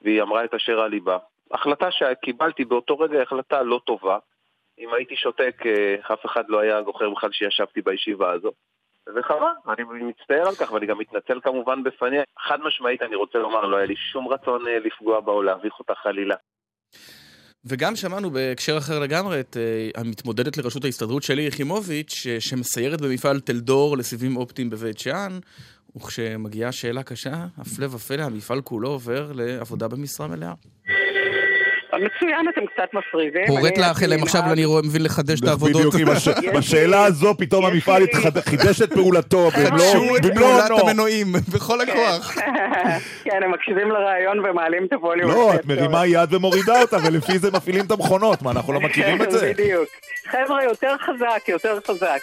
והיא אמרה את אשר על ליבה. החלטה שקיבלתי באותו רגע, החלטה לא טובה. אם הייתי שותק, אף אחד לא היה זוכר בכלל שישבתי בישיבה הזו. וחבל, אני מצטער על כך, ואני גם מתנצל כמובן בפניה. חד משמעית, אני רוצה לומר, לא היה לי שום רצון לפגוע בה או להביך אותה חלילה. וגם שמענו בהקשר אחר לגמרי את המתמודדת לראשות ההסתדרות שלי יחימוביץ' שמסיירת במפעל תלדור לסיבים אופטיים בבית שאן, וכשמגיעה שאלה קשה, הפלא ופלא, המפעל כולו עובר לעבודה במשרה מלאה. מצוין, אתם קצת מפרידים. הורית לאחל להם עכשיו, אני מבין לחדש את העבודות. בדיוק, בשאלה הזו פתאום המפעל חידש את פעולתו. חדשו את פעולת המנועים, בכל הכוח. כן, הם מקשיבים לרעיון ומעלים את הווליום. לא, את מרימה יד ומורידה אותה, ולפי זה מפעילים את המכונות. מה, אנחנו לא מכירים את זה? בדיוק. חבר'ה, יותר חזק, יותר חזק.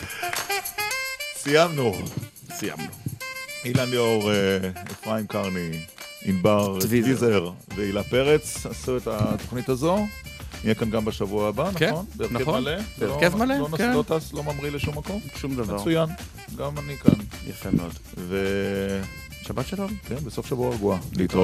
סיימנו. אילן ליאור, אפרים קרני, ענבר צוויזר והילה פרץ עשו את התוכנית הזו. נהיה כאן גם בשבוע הבא, נכון? בהרכב מלא? בהרכב מלא, כן. לא טס, לא ממריא לשום מקום? שום דבר. מצוין, גם אני כאן. יפה מאוד. שבת שלום? כן, בסוף שבוע רגוע. להתראות.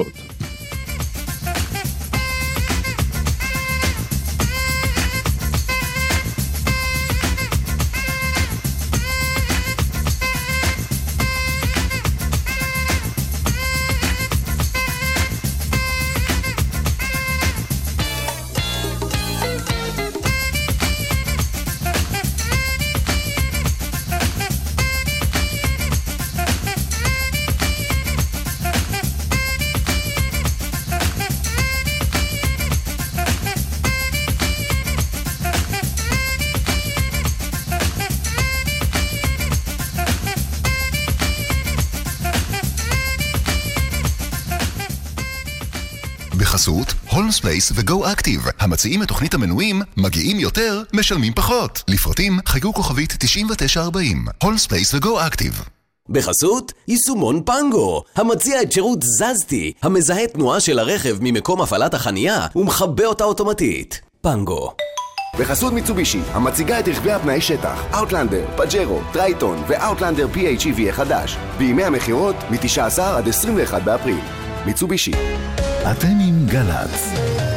בחסות הולמס פלייס וגו אקטיב, המציעים את תוכנית המנויים, מגיעים יותר, משלמים פחות. לפרטים חייגו כוכבית 9940. הולמס פלייס וגו אקטיב. בחסות יישומון פנגו, המציע את שירות זזתי, המזהה תנועה של הרכב ממקום הפעלת החנייה ומחבא אותה אוטומטית. פנגו. בחסות מיצובישי, המציגה את רכבי הפנאי שטח, אאוטלנדר, פאג'רו, טרייטון ואאוטלנדר PHEV החדש, בימי המחירות מ-19 עד 21 באפריל. מיצובישי. אתם עם גלץ.